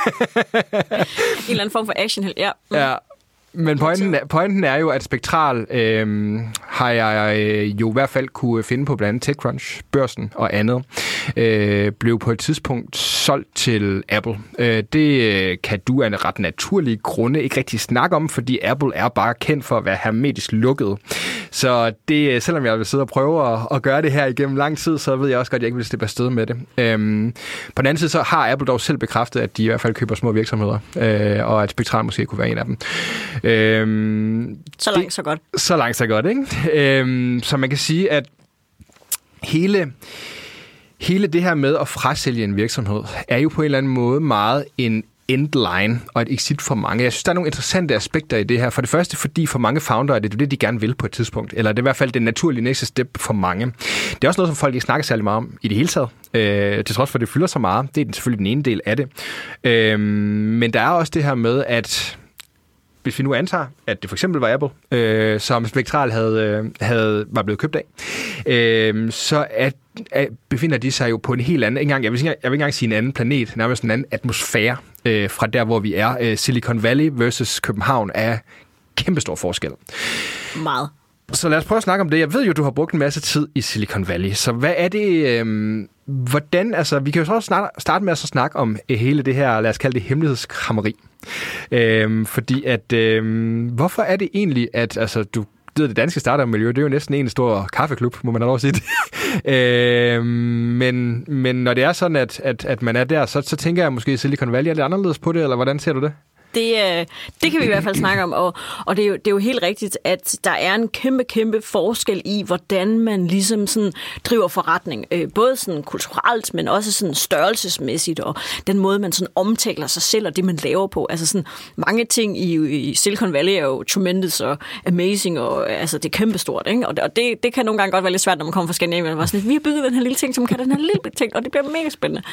En eller anden form for actionheld, ja. Mm. Ja. Men pointen er, pointen er jo, at Spektral øh, har jeg øh, jo i hvert fald kunne finde på blandt andet TechCrunch, børsen og andet, øh, blev på et tidspunkt solgt til Apple. Øh, det kan du af en ret naturlige grunde ikke rigtig snakke om, fordi Apple er bare kendt for at være hermetisk lukket. Så det, selvom jeg vil sidde og prøve at, at gøre det her igennem lang tid, så ved jeg også godt, at jeg ikke vil slippe afsted med det. Øhm, på den anden side, så har Apple dog selv bekræftet, at de i hvert fald køber små virksomheder, øh, og at Spektral måske kunne være en af dem. Øhm, så langt, det, så godt. Så langt, så godt, ikke? Øhm, så man kan sige, at hele... Hele det her med at frasælge en virksomhed, er jo på en eller anden måde meget en endline og et exit for mange. Jeg synes, der er nogle interessante aspekter i det her. For det første, fordi for mange founder er det det, de gerne vil på et tidspunkt. Eller det er i hvert fald det naturlige næste step for mange. Det er også noget, som folk ikke snakker særlig meget om i det hele taget. Øh, til trods for, at det fylder så meget. Det er selvfølgelig den ene del af det. Øh, men der er også det her med, at hvis vi nu antager, at det for eksempel var Apple, øh, som Spektral havde, havde, var blevet købt af, øh, så at, at befinder de sig jo på en helt anden, engang, jeg, vil, jeg vil ikke engang sige en anden planet, nærmest en anden atmosfære øh, fra der, hvor vi er. Øh, Silicon Valley versus København er kæmpestor forskel. Meget. Så lad os prøve at snakke om det. Jeg ved jo, du har brugt en masse tid i Silicon Valley, så hvad er det... Øh, hvordan, altså, vi kan jo så snart starte med at så snakke om hele det her, lad os kalde det hemmelighedskrammeri. Øhm, fordi at, øhm, hvorfor er det egentlig, at altså, du ved, det danske startup-miljø, det er jo næsten en stor kaffeklub, må man have lov at sige det. øhm, men, men når det er sådan, at, at, at man er der, så, så tænker jeg måske, at Silicon Valley er lidt anderledes på det, eller hvordan ser du det? Det, øh, det kan vi i hvert fald snakke om, og, og det, er jo, det er jo helt rigtigt, at der er en kæmpe, kæmpe forskel i, hvordan man ligesom sådan driver forretning. Øh, både sådan kulturelt, men også sådan størrelsesmæssigt, og den måde, man sådan omtaler sig selv og det, man laver på. Altså sådan mange ting i, i Silicon Valley er jo tremendous og amazing, og altså det er kæmpestort, ikke? Og, og det, det kan nogle gange godt være lidt svært, når man kommer fra Skandinavien, og sådan, vi har bygget den her lille ting, som kan den her lille ting, og det bliver mega spændende.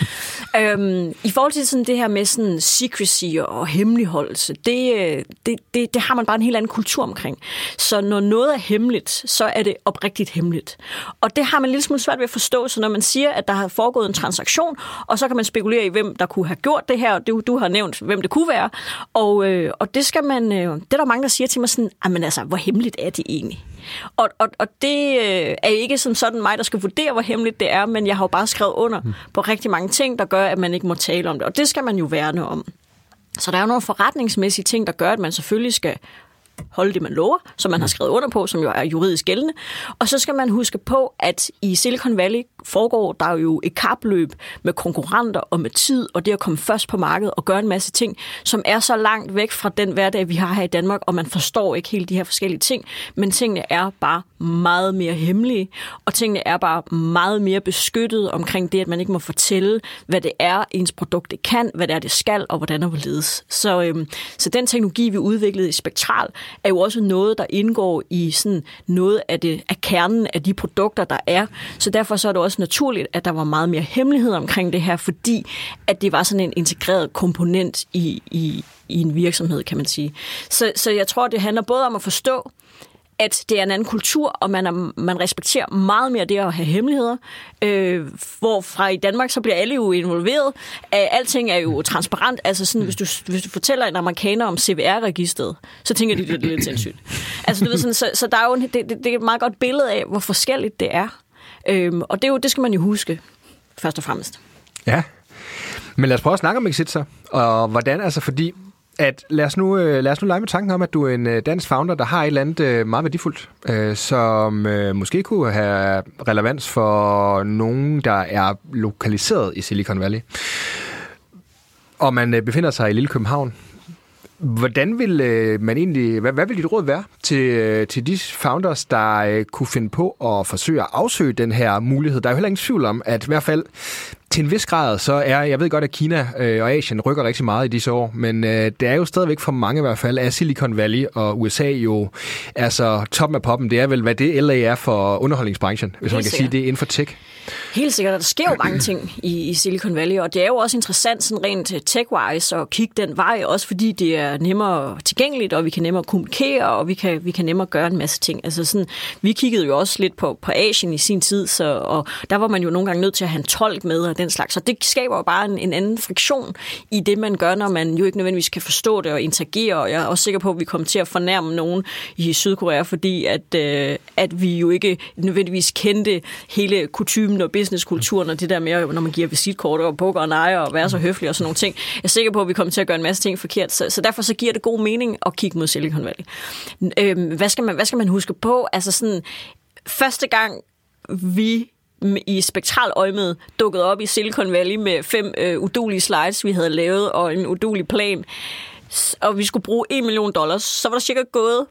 øhm, I forhold til sådan det her med sådan secrecy og hemmeligholdelse, det, det, det, det har man bare en helt anden kultur omkring. Så når noget er hemmeligt, så er det oprigtigt hemmeligt. Og det har man en lille smule svært ved at forstå, så når man siger, at der har foregået en transaktion, og så kan man spekulere i, hvem der kunne have gjort det her, og du, du har nævnt, hvem det kunne være, og, øh, og det skal man, øh, det er der mange, der siger til mig sådan, men altså, hvor hemmeligt er det egentlig? Og, og, og det øh, er ikke sådan, sådan mig, der skal vurdere, hvor hemmeligt det er, men jeg har jo bare skrevet under mm. på rigtig mange ting, der gør, at man ikke må tale om det, og det skal man jo værne om. Så der er jo nogle forretningsmæssige ting, der gør, at man selvfølgelig skal holde det, man lover, som man har skrevet under på, som jo er juridisk gældende. Og så skal man huske på, at i Silicon Valley foregår der jo et kapløb med konkurrenter og med tid, og det at komme først på markedet og gøre en masse ting, som er så langt væk fra den hverdag, vi har her i Danmark, og man forstår ikke helt de her forskellige ting, men tingene er bare meget mere hemmelige, og tingene er bare meget mere beskyttet omkring det, at man ikke må fortælle, hvad det er, ens produkt det kan, hvad det er, det skal, og hvordan det vil ledes. Så, øhm, så den teknologi, vi udviklede i Spektral, er jo også noget, der indgår i sådan noget af, det, af kernen af de produkter, der er. Så derfor så er det også naturligt, at der var meget mere hemmelighed omkring det her, fordi at det var sådan en integreret komponent i, i, i en virksomhed, kan man sige. Så, så jeg tror, det handler både om at forstå, at det er en anden kultur, og man, er, man respekterer meget mere det at have hemmeligheder. Øh, hvor fra i Danmark, så bliver alle jo involveret. Alting er jo transparent. Altså sådan, hvis du, hvis du fortæller en amerikaner om C V R-registret, så tænker de, det er lidt sindssygt. Altså, du ved sådan, så, så der er jo en, det, det, det er et meget godt billede af, hvor forskelligt det er. Øhm, og det, er jo, det skal man jo huske, først og fremmest. Ja, men lad os prøve at snakke om Exit så. Og hvordan, altså fordi... At lad, os nu, lad os nu lege med tanken om, at du er en dansk founder, der har et eller andet meget værdifuldt, øh, som øh, måske kunne have relevans for nogen, der er lokaliseret i Silicon Valley. Og man øh, befinder sig i Lille København. Hvordan vil øh, man egentlig, hvad, hvad vil dit råd være til, øh, til de founders, der øh, kunne finde på at forsøge at afsøge den her mulighed? Der er jo heller ingen tvivl om, at i hvert fald til en vis grad, så er, jeg ved godt, at Kina øh, og Asien rykker rigtig meget i disse år, men øh, det er jo stadigvæk for mange i hvert fald, at Silicon Valley og U S A jo altså toppen af poppen. Det er vel, hvad det L A er for underholdningsbranchen, hvis Helt man kan sikkert. sige det inden for tech. Helt sikkert, der sker jo mange ting i, i Silicon Valley, og det er jo også interessant sådan rent tech-wise at kigge den vej, også fordi det er nemmere tilgængeligt, og vi kan nemmere kommunikere, og vi kan, vi kan nemmere gøre en masse ting. Altså sådan, vi kiggede jo også lidt på, på Asien i sin tid, så, og der var man jo nogle gange nødt til at have en tolk med og den slags, så det skaber jo bare en, en anden friktion i det, man gør, når man jo ikke nødvendigvis kan forstå det og interagere, og jeg er også sikker på, at vi kommer til at fornærme nogen i Sydkorea, fordi at, øh, at vi jo ikke nødvendigvis kendte hele kutymen og businesskulturen og det der med, når man giver visitkort og poker og nejer og være så høflig og sådan nogle ting. Jeg er sikker på, at vi kommer til at gøre en masse ting forkert, så, så derfor så giver det god mening at kigge mod Silicon Valley. Øhm, hvad, skal man, hvad skal man huske på? Altså sådan, første gang vi i spektral øjemed dukkede op i Silicon Valley med fem øh, udulige slides, vi havde lavet, og en udulig plan, og vi skulle bruge en million dollars, så var der cirka gået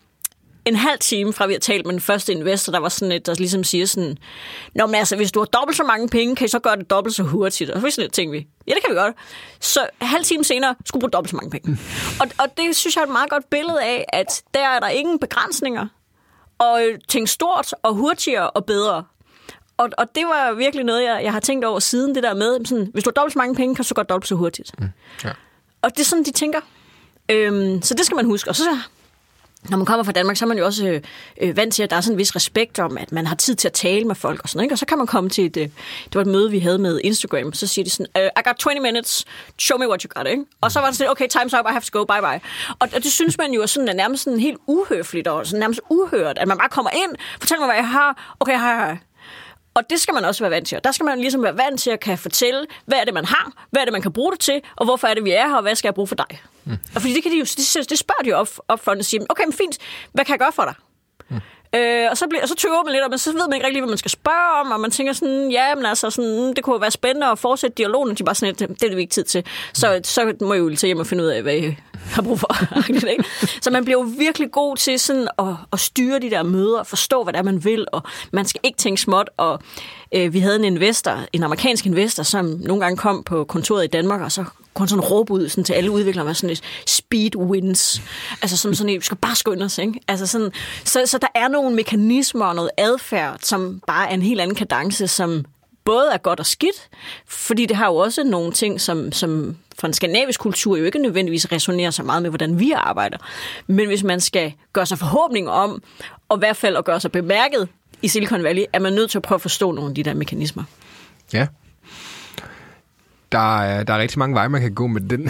en halv time fra vi har talt med den første investor, der var sådan et, der ligesom siger sådan, nå, men altså, hvis du har dobbelt så mange penge, kan I så gøre det dobbelt så hurtigt? Og så sådan lidt, tænkte vi, ja, det kan vi godt. Så en halv time senere skulle bruge dobbelt så mange penge. og, og det synes jeg er et meget godt billede af, at der er der ingen begrænsninger, og tænke stort og hurtigere og bedre. Og, og det var virkelig noget, jeg, jeg har tænkt over siden, det der med, sådan, hvis du har dobbelt så mange penge, kan du så godt dobbelt så hurtigt. Mm, ja. Og det er sådan, de tænker. Øhm, så det skal man huske. Og så, når man kommer fra Danmark, så er man jo også øh, vant til, at der er sådan en vis respekt om, at man har tid til at tale med folk og sådan noget. Ikke? Og så kan man komme til et, øh, det var et møde, vi havde med Instagram, så siger de sådan, I got twenty minutes, show me what you got, ikke? Og så var det sådan, okay, time's up, I have to go, bye bye. Og, og det synes man jo er sådan, er nærmest sådan helt uhøfligt og sådan nærmest uhørt, at man bare kommer ind, fortæller mig, hvad jeg har, okay, hej, hej. Og det skal man også være vant til. Der skal man ligesom være vant til at kan fortælle, hvad er det, man har, hvad er det, man kan bruge det til, og hvorfor er det, vi er her, og hvad skal jeg bruge for dig? Mm. Og fordi det, kan de jo, det, det spørger de jo op, op for og siger, okay, men fint, hvad kan jeg gøre for dig? Mm. Øh, og, så bliver, og så tøver man lidt, og så ved man ikke rigtig, hvad man skal spørge om, og man tænker sådan, ja, men altså, sådan, det kunne være spændende at fortsætte dialogen, og de bare sådan, det, det er det ikke tid til. Så, mm. så må jeg jo tage hjem og finde ud af, hvad, har brug for. Så man bliver jo virkelig god til sådan at, at styre de der møder, forstå, hvad det er, man vil, og man skal ikke tænke småt. Og øh, vi havde en investor, en amerikansk investor, som nogle gange kom på kontoret i Danmark, og så kunne sådan råbe ud sådan, til alle udviklere med sådan et speed wins. Altså sådan, sådan vi skal bare skynde os, ikke? Altså sådan, så, så der er nogle mekanismer og noget adfærd, som bare er en helt anden kadence, som både er godt og skidt, fordi det har jo også nogle ting, som, som fra en skandinavisk kultur jo ikke nødvendigvis resonerer så meget med, hvordan vi arbejder. Men hvis man skal gøre sig forhåbning om, og i hvert fald at gøre sig bemærket i Silicon Valley, er man nødt til at prøve at forstå nogle af de der mekanismer. Ja. Der er, der er rigtig mange veje, man kan gå med den.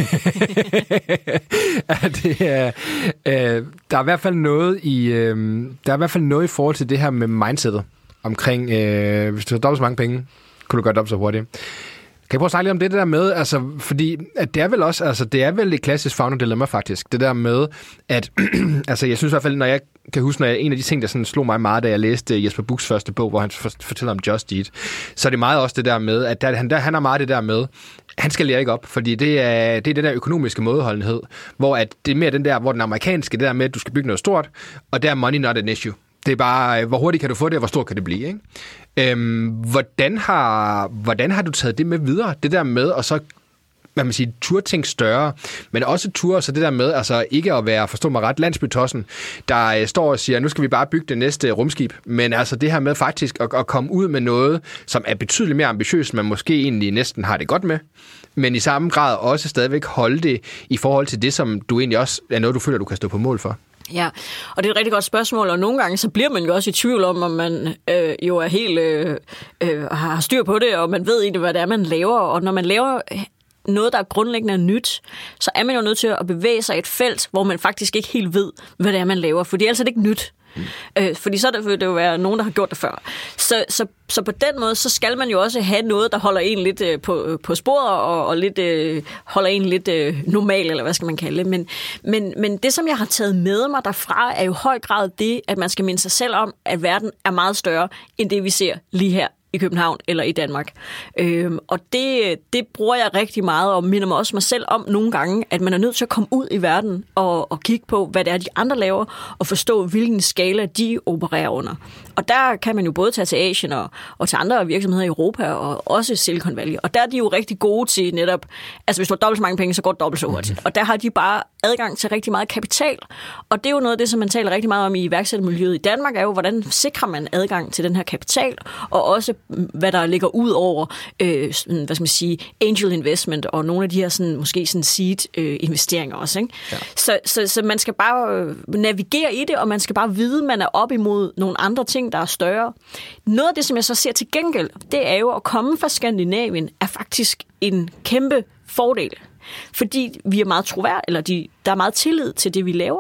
det er, øh, der er i hvert fald noget i øh, der er i hvert fald noget i forhold til det her med mindsetet omkring, øh, hvis du har dobbelt så mange penge, kunne du gøre dobbelt så hurtigt. Kan jeg prøve at snakke lidt om det, det der med, altså, fordi at det er vel også, altså, det er vel et klassisk founder dilemma faktisk, det der med, at, altså, jeg synes i hvert fald, når jeg kan huske, når jeg, en af de ting, der sådan slog mig meget, da jeg læste Jesper Buchs første bog, hvor han fortæller om Just Eat, så er det meget også det der med, at der, han, der, han har meget det der med, han skal lære ikke op, fordi det er, det er det der økonomiske mådeholdenhed, hvor at det er mere den der, hvor den amerikanske, det der med, at du skal bygge noget stort, og der er money not an issue. Det er bare, hvor hurtigt kan du få det, og hvor stort kan det blive, ikke? Øhm, hvordan, har, hvordan har du taget det med videre? Det der med, og så, hvad man siger, turting større, men også tur, så det der med, altså ikke at være, forstå mig ret, landsbytossen, der øh, står og siger, nu skal vi bare bygge det næste rumskib, men altså det her med faktisk at, at komme ud med noget, som er betydeligt mere ambitiøst, man måske egentlig næsten har det godt med, men i samme grad også stadigvæk holde det i forhold til det, som du egentlig også er noget, du føler, du kan stå på mål for. Ja, og det er et rigtig godt spørgsmål, og nogle gange så bliver man jo også i tvivl om, om man øh, jo er helt øh, øh, har styr på det, og man ved egentlig, hvad det er, man laver. Og når man laver noget, der er grundlæggende nyt, så er man jo nødt til at bevæge sig i et felt, hvor man faktisk ikke helt ved, hvad det er, man laver. For det er altså ikke nyt. Mm. Øh, fordi så vil det jo være nogen, der har gjort det før. Så, så, så på den måde, så skal man jo også have noget, der holder en lidt øh, på, på sporet, og, og lidt, øh, holder en lidt øh, normal, eller hvad skal man kalde det. Men, men, men det, som jeg har taget med mig derfra, er jo i høj grad det, at man skal minde sig selv om, at verden er meget større, end det, vi ser lige her i København eller i Danmark. Øhm, og det, det bruger jeg rigtig meget, og minder mig også mig selv om nogle gange, at man er nødt til at komme ud i verden og, og kigge på, hvad det er, de andre laver, og forstå, hvilken skala de opererer under. Og der kan man jo både tage til Asien og, og til andre virksomheder i Europa, og også Silicon Valley. Og der er de jo rigtig gode til netop, altså hvis du har dobbelt så mange penge, så går det dobbelt så hurtigt. Og der har de bare adgang til rigtig meget kapital. Og det er jo noget af det, som man taler rigtig meget om i iværksættermiljøet i Danmark, er jo, hvordan sikrer man adgang til den her kapital, og også hvad der ligger ud over øh, hvad skal man sige, angel investment og nogle af de her sådan, måske sådan seed øh, investeringer også, ikke? Ja. Så, så, så man skal bare øh, navigere i det, og man skal bare vide, at man er op imod nogle andre ting, der er større. Noget af det, som jeg så ser til gengæld, det er jo at komme fra Skandinavien er faktisk en kæmpe fordel. Fordi vi er meget troværdige, eller de, der er meget tillid til det, vi laver.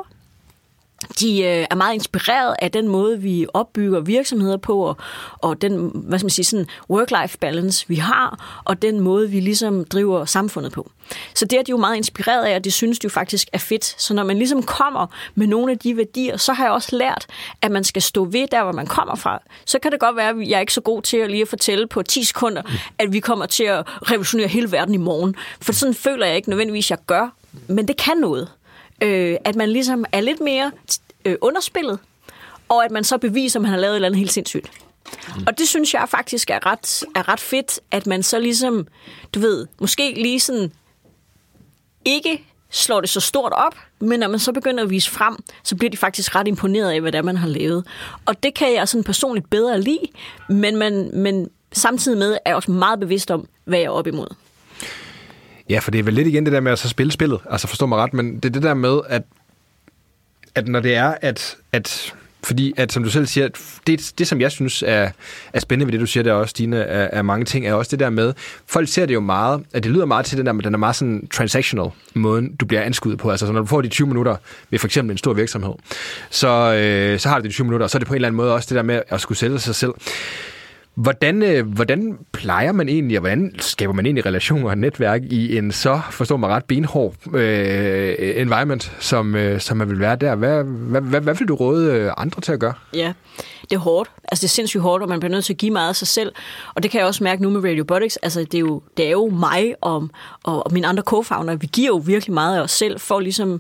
De øh, er meget inspireret af den måde, vi opbygger virksomheder på, og, og den, hvad skal man sige, sådan work-life balance, vi har, og den måde, vi ligesom driver samfundet på. Så det er de jo meget inspireret af, og det synes de jo faktisk er fedt. Så når man ligesom kommer med nogle af de værdier, så har jeg også lært, at man skal stå ved der, hvor man kommer fra. Så kan det godt være, at jeg er ikke så god til at lige at fortælle på ti sekunder, at vi kommer til at revolutionere hele verden i morgen. For sådan føler jeg ikke nødvendigvis, jeg gør, men det kan noget. Øh, at man ligesom er lidt mere øh, underspillet, og at man så beviser, at man har lavet et eller andet helt sindssygt. Mm. Og det synes jeg faktisk er ret, er ret fedt, at man så ligesom, du ved, måske lige sådan ikke slår det så stort op, men når man så begynder at vise frem, så bliver de faktisk ret imponeret af, hvad det er, man har lavet. Og det kan jeg sådan personligt bedre lide, men, man, men samtidig med er jeg også meget bevidst om, hvad jeg er op imod. Ja, for det er vel lidt igen det der med at så spille spillet, altså forstå mig ret, men det er det der med, at, at når det er, at, at fordi at som du selv siger, det, det som jeg synes er, er spændende ved det, du siger der også, Stine, er, er mange ting, er også det der med, folk ser det jo meget, at det lyder meget til den der, men den er meget sådan transactional måden, du bliver anskuet på, altså så når du får de tyve minutter ved for eksempel en stor virksomhed, så, øh, så har du de tyve minutter, og så er det på en eller anden måde også det der med at skulle sælge sig selv. Hvordan, øh, hvordan plejer man egentlig, og hvordan skaber man egentlig relationer og netværk i en så, forstår man ret, benhård øh, environment, som, øh, som man vil være der? Hvad, hvad, hvad, hvad vil du råde andre til at gøre? Ja, det er hårdt. Altså det er sindssygt hårdt, og man bliver nødt til at give meget af sig selv. Og det kan jeg også mærke nu med Radiobotics. Altså det er jo, det er jo mig og, og mine andre co-founder. Vi giver jo virkelig meget af os selv for ligesom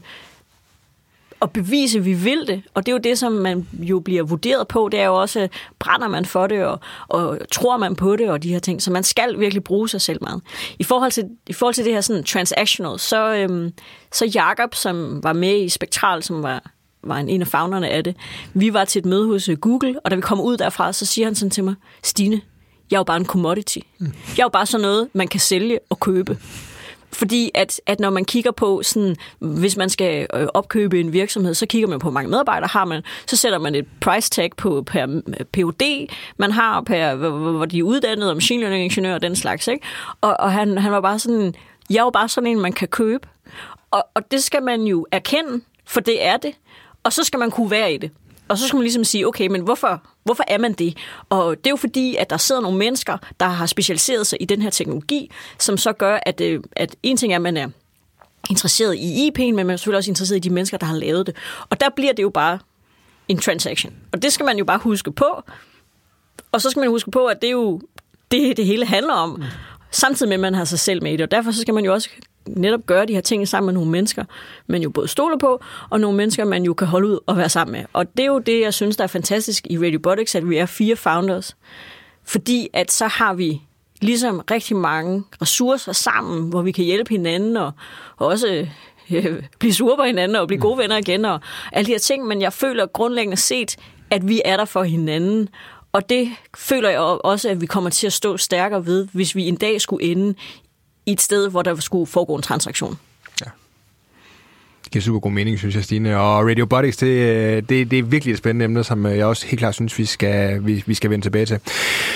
at bevise, at vi vil det. Og det er jo det, som man jo bliver vurderet på. Det er jo også, brænder man for det, og, og tror man på det, og de her ting. Så man skal virkelig bruge sig selv meget. I forhold til, i forhold til det her sådan transactional, så, øhm, så Jakob, som var med i Spektral, som var, var en, en af founderne af det, vi var til et møde hos Google, og da vi kom ud derfra, så siger han sådan til mig, Stine, jeg er jo bare en commodity. Jeg er jo bare sådan noget, man kan sælge og købe. Fordi at, at når man kigger på, sådan, hvis man skal opkøbe en virksomhed, så kigger man på, hvor mange medarbejdere har man, så sætter man et price tag på per P H D, man har per, hvor de er uddannet, og machine learning ingeniører og den slags. Ikke? Og, og han, han var bare sådan, jeg er jo bare sådan en, man kan købe. Og, og det skal man jo erkende, for det er det. Og så skal man kunne være i det. Og så skal man ligesom sige, okay, men hvorfor, hvorfor er man det? Og det er jo fordi, at der sidder nogle mennesker, der har specialiseret sig i den her teknologi, som så gør, at, at en ting er, at man er interesseret i I P'en, men man er selvfølgelig også interesseret i de mennesker, der har lavet det. Og der bliver det jo bare en transaction. Og det skal man jo bare huske på. Og så skal man huske på, at det er jo det, det hele handler om, samtidig med, at man har sig selv med i det. Og derfor så skal man jo også netop gøre de her ting sammen med nogle mennesker, man jo både stoler på, og nogle mennesker, man jo kan holde ud og være sammen med. Og det er jo det, jeg synes, der er fantastisk i Radiobotics, at vi er fire founders. Fordi at så har vi ligesom rigtig mange ressourcer sammen, hvor vi kan hjælpe hinanden, og også øh, blive sure på hinanden, og blive gode venner igen, og alle de her ting. Men jeg føler grundlæggende set, at vi er der for hinanden. Og det føler jeg også, at vi kommer til at stå stærkere ved, hvis vi en dag skulle ende i et sted, hvor der skulle foregå en transaktion. Ja. Det giver super god mening, synes jeg, Stine. Og Radiobotics, det, det, det er virkelig et spændende emne, som jeg også helt klart synes, vi skal, vi, vi skal vende tilbage til.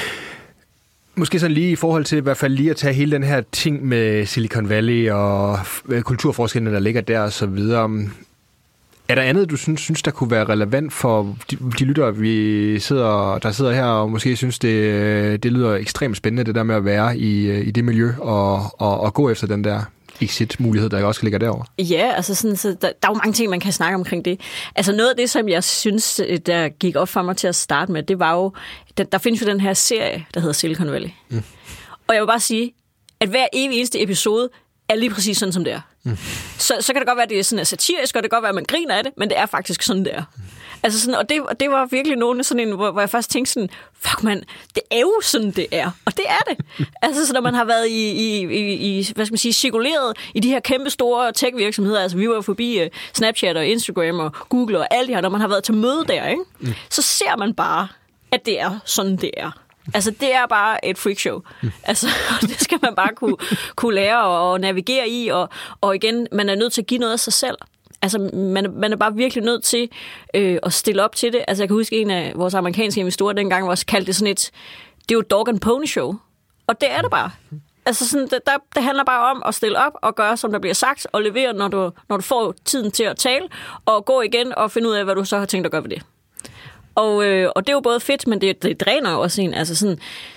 Måske sådan lige i forhold til i hvert fald lige at tage hele den her ting med Silicon Valley og kulturforskellene, der ligger der og så videre. Er der andet, du synes, synes der kunne være relevant for de, de lyttere, vi sidder, der sidder her, og måske synes, det, det lyder ekstremt spændende, det der med at være i, i det miljø og, og, og gå efter den der exit-mulighed, der også ligger derovre? Ja, altså sådan, så der, der er jo mange ting, man kan snakke omkring det. Altså noget af det, som jeg synes, der gik op for mig til at starte med, det var jo, der, der findes jo den her serie, der hedder Silicon Valley. Mm. Og jeg vil bare sige, at hver evig eneste episode er lige præcis sådan, som det er. Mm. Så, så kan det godt være, at det er sådan satirisk, og det kan godt være, at man griner af det, men det er faktisk sådan, det er. Mm. Altså sådan, og, det, og det var virkelig nogen sådan en, hvor, hvor jeg først tænkte sådan, fuck man, det er jo sådan, det er. Og det er det. Altså så når man har været i, i, i, i hvad skal man sige, cirkuleret i de her kæmpe store tech-virksomheder, altså vi var jo forbi uh, Snapchat og Instagram og Google og alle de her, når man har været til møde der, ikke? Mm. Så ser man bare, at det er sådan, det er. Altså, det er bare et freakshow. Mm. Altså, det skal man bare kunne, kunne lære at navigere i, og, og igen, man er nødt til at give noget af sig selv. Altså, man, man er bare virkelig nødt til øh, at stille op til det. Altså, jeg kan huske, en af vores amerikanske investorer dengang også kaldte det sådan et, det er jo dog and pony show. Og det er det bare. Altså, sådan, det, der, det handler bare om at stille op og gøre, som der bliver sagt, og levere, når du, når du får tiden til at tale, og gå igen og finde ud af, hvad du så har tænkt at gøre ved det. Og, øh, og det er jo både fedt, men det, det dræner jo også en. Altså sådan,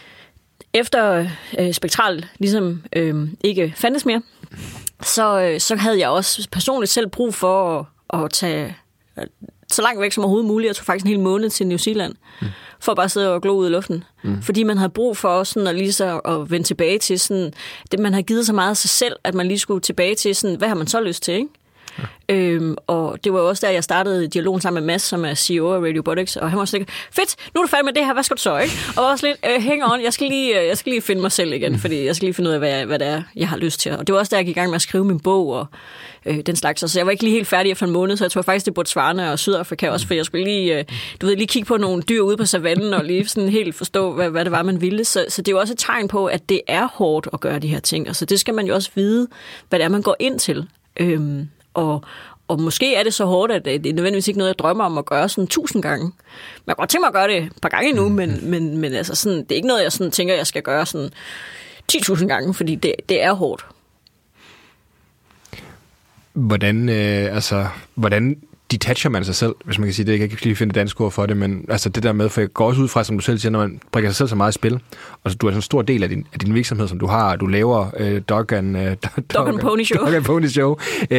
efter øh, Spektral ligesom øh, ikke fandtes mere, så, øh, så havde jeg også personligt selv brug for at, at tage øh, så langt væk som overhovedet muligt. Jeg tog faktisk en hel måned til New Zealand, mm. for at bare sidde og glo ud i luften. Mm. Fordi man havde brug for sådan at, lige så, at vende tilbage til sådan, det, man havde givet så meget af sig selv, at man lige skulle tilbage til, sådan, hvad har man så lyst til, ikke? Ja. Øhm, og det var også der, jeg startede dialogen sammen med Mads, som er C E O af Radiobotics, og han var sådan, fedt, nu er du færdig med det her, hvad skal du så, ikke? Og også lidt, øh, hang on, jeg skal, lige, jeg skal lige finde mig selv igen, fordi jeg skal lige finde ud af, hvad, hvad det er, jeg har lyst til. Og det var også der, jeg gik i gang med at skrive min bog, og øh, den slags. Så jeg var ikke lige helt færdig efter en måned, så jeg tror faktisk, det Botswana og Sydafrika også, for jeg skulle lige, øh, du ved, lige kigge på nogle dyr ude på savannen, og lige sådan helt forstå, hvad, hvad det var, man ville. Så, så det er jo også et tegn på, at det er hårdt at gøre de her ting, og så det skal man jo også vide, hvad det er, man går ind til. Øhm, Og, og måske er det så hårdt, at det er nødvendigvis ikke noget, jeg drømmer om at gøre sådan tusind gange. Man kan godt tænke mig at gøre det et par gange endnu, men, men, men altså sådan, det er ikke noget, jeg sådan tænker, jeg skal gøre sådan ti tusind gange, fordi det, det er hårdt. Hvordan, øh, altså, hvordan detacher man sig selv, hvis man kan sige det. Jeg kan ikke lige finde et dansk ord for det, men altså det der med, for jeg går også ud fra, som du selv siger, når man brækker sig selv så meget i spil, og så du er sådan en stor del af din, af din virksomhed, som du har, du laver øh, Dog and, øh, dog, dog and Pony Show, dog and Pony Show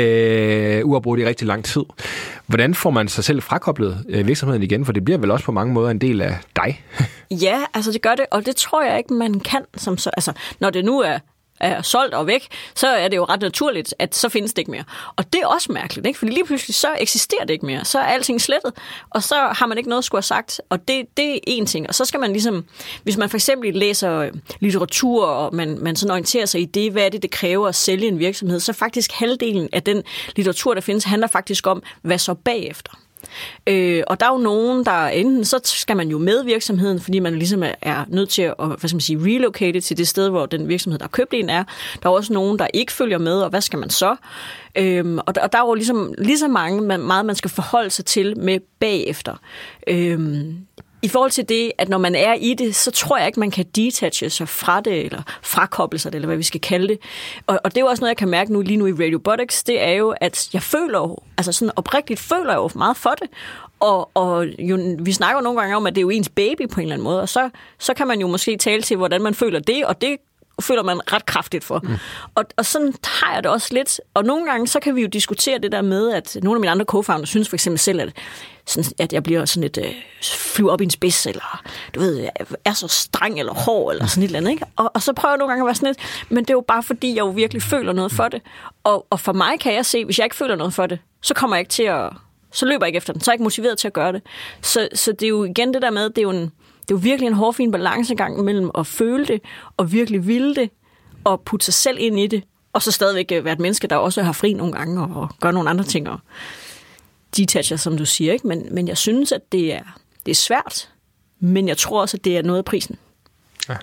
øh, uafbrudt i rigtig lang tid. Hvordan får man sig selv frakoblet øh, virksomheden igen? For det bliver vel også på mange måder en del af dig? Ja, altså det gør det, og det tror jeg ikke, man kan. Som så, altså, når det nu er er solgt og væk, så er det jo ret naturligt, at så findes det ikke mere. Og det er også mærkeligt, ikke? Fordi lige pludselig så eksisterer det ikke mere. Så er alting slettet, og så har man ikke noget at skulle have sagt. Og det, det er én ting. Og så skal man ligesom, hvis man for eksempel læser litteratur, og man, man sådan orienterer sig i det, hvad er det, det kræver at sælge en virksomhed, så faktisk halvdelen af den litteratur, der findes, handler faktisk om, hvad så bagefter. Øh, og der er jo nogen, der enten så skal man jo med virksomheden, fordi man ligesom er, er nødt til at hvad skal man sige, relocate til det sted, hvor den virksomhed, der købte en er. Der er også nogen, der ikke følger med, og hvad skal man så? Øhm, og, der, og der er jo ligesom lige så mange, man, meget man skal forholde sig til med bagefter. Øhm, I forhold til det, at når man er i det, så tror jeg ikke, man kan detache sig fra det, eller frakoble sig det, eller hvad vi skal kalde det. Og, og det er jo også noget, jeg kan mærke nu, lige nu i Radiobotics, det er jo, at jeg føler jo, altså sådan oprigtigt føler jeg jo meget for det. Og, og jo, vi snakker jo nogle gange om, at det er jo ens baby på en eller anden måde, og så, så kan man jo måske tale til, hvordan man føler det, og det føler man ret kraftigt for. Mm. Og, og sådan har jeg det også lidt. Og nogle gange, så kan vi jo diskutere det der med, at nogle af mine andre co-founders synes for eksempel selv, at, sådan, at jeg bliver sådan et øh, flyver op i en spids, eller du ved, er så streng eller hård, eller sådan et eller andet, ikke? Og, og så prøver jeg nogle gange at være sådan lidt, men det er jo bare fordi, jeg jo virkelig føler noget for det. Og, og for mig kan jeg se, hvis jeg ikke føler noget for det, så kommer jeg ikke til at, så løber jeg ikke efter den, så er jeg ikke motiveret til at gøre det. Så, så det er jo igen det der med, det er jo en Det er jo virkelig en hårfin balancegang mellem at føle det, og virkelig ville det, og putte sig selv ind i det, og så stadigvæk være et menneske, der også har fri nogle gange, og gør nogle andre ting, og detacher, som du siger, ikke? Men, men jeg synes, at det er, det er svært, men jeg tror også, at det er noget af prisen. Ja.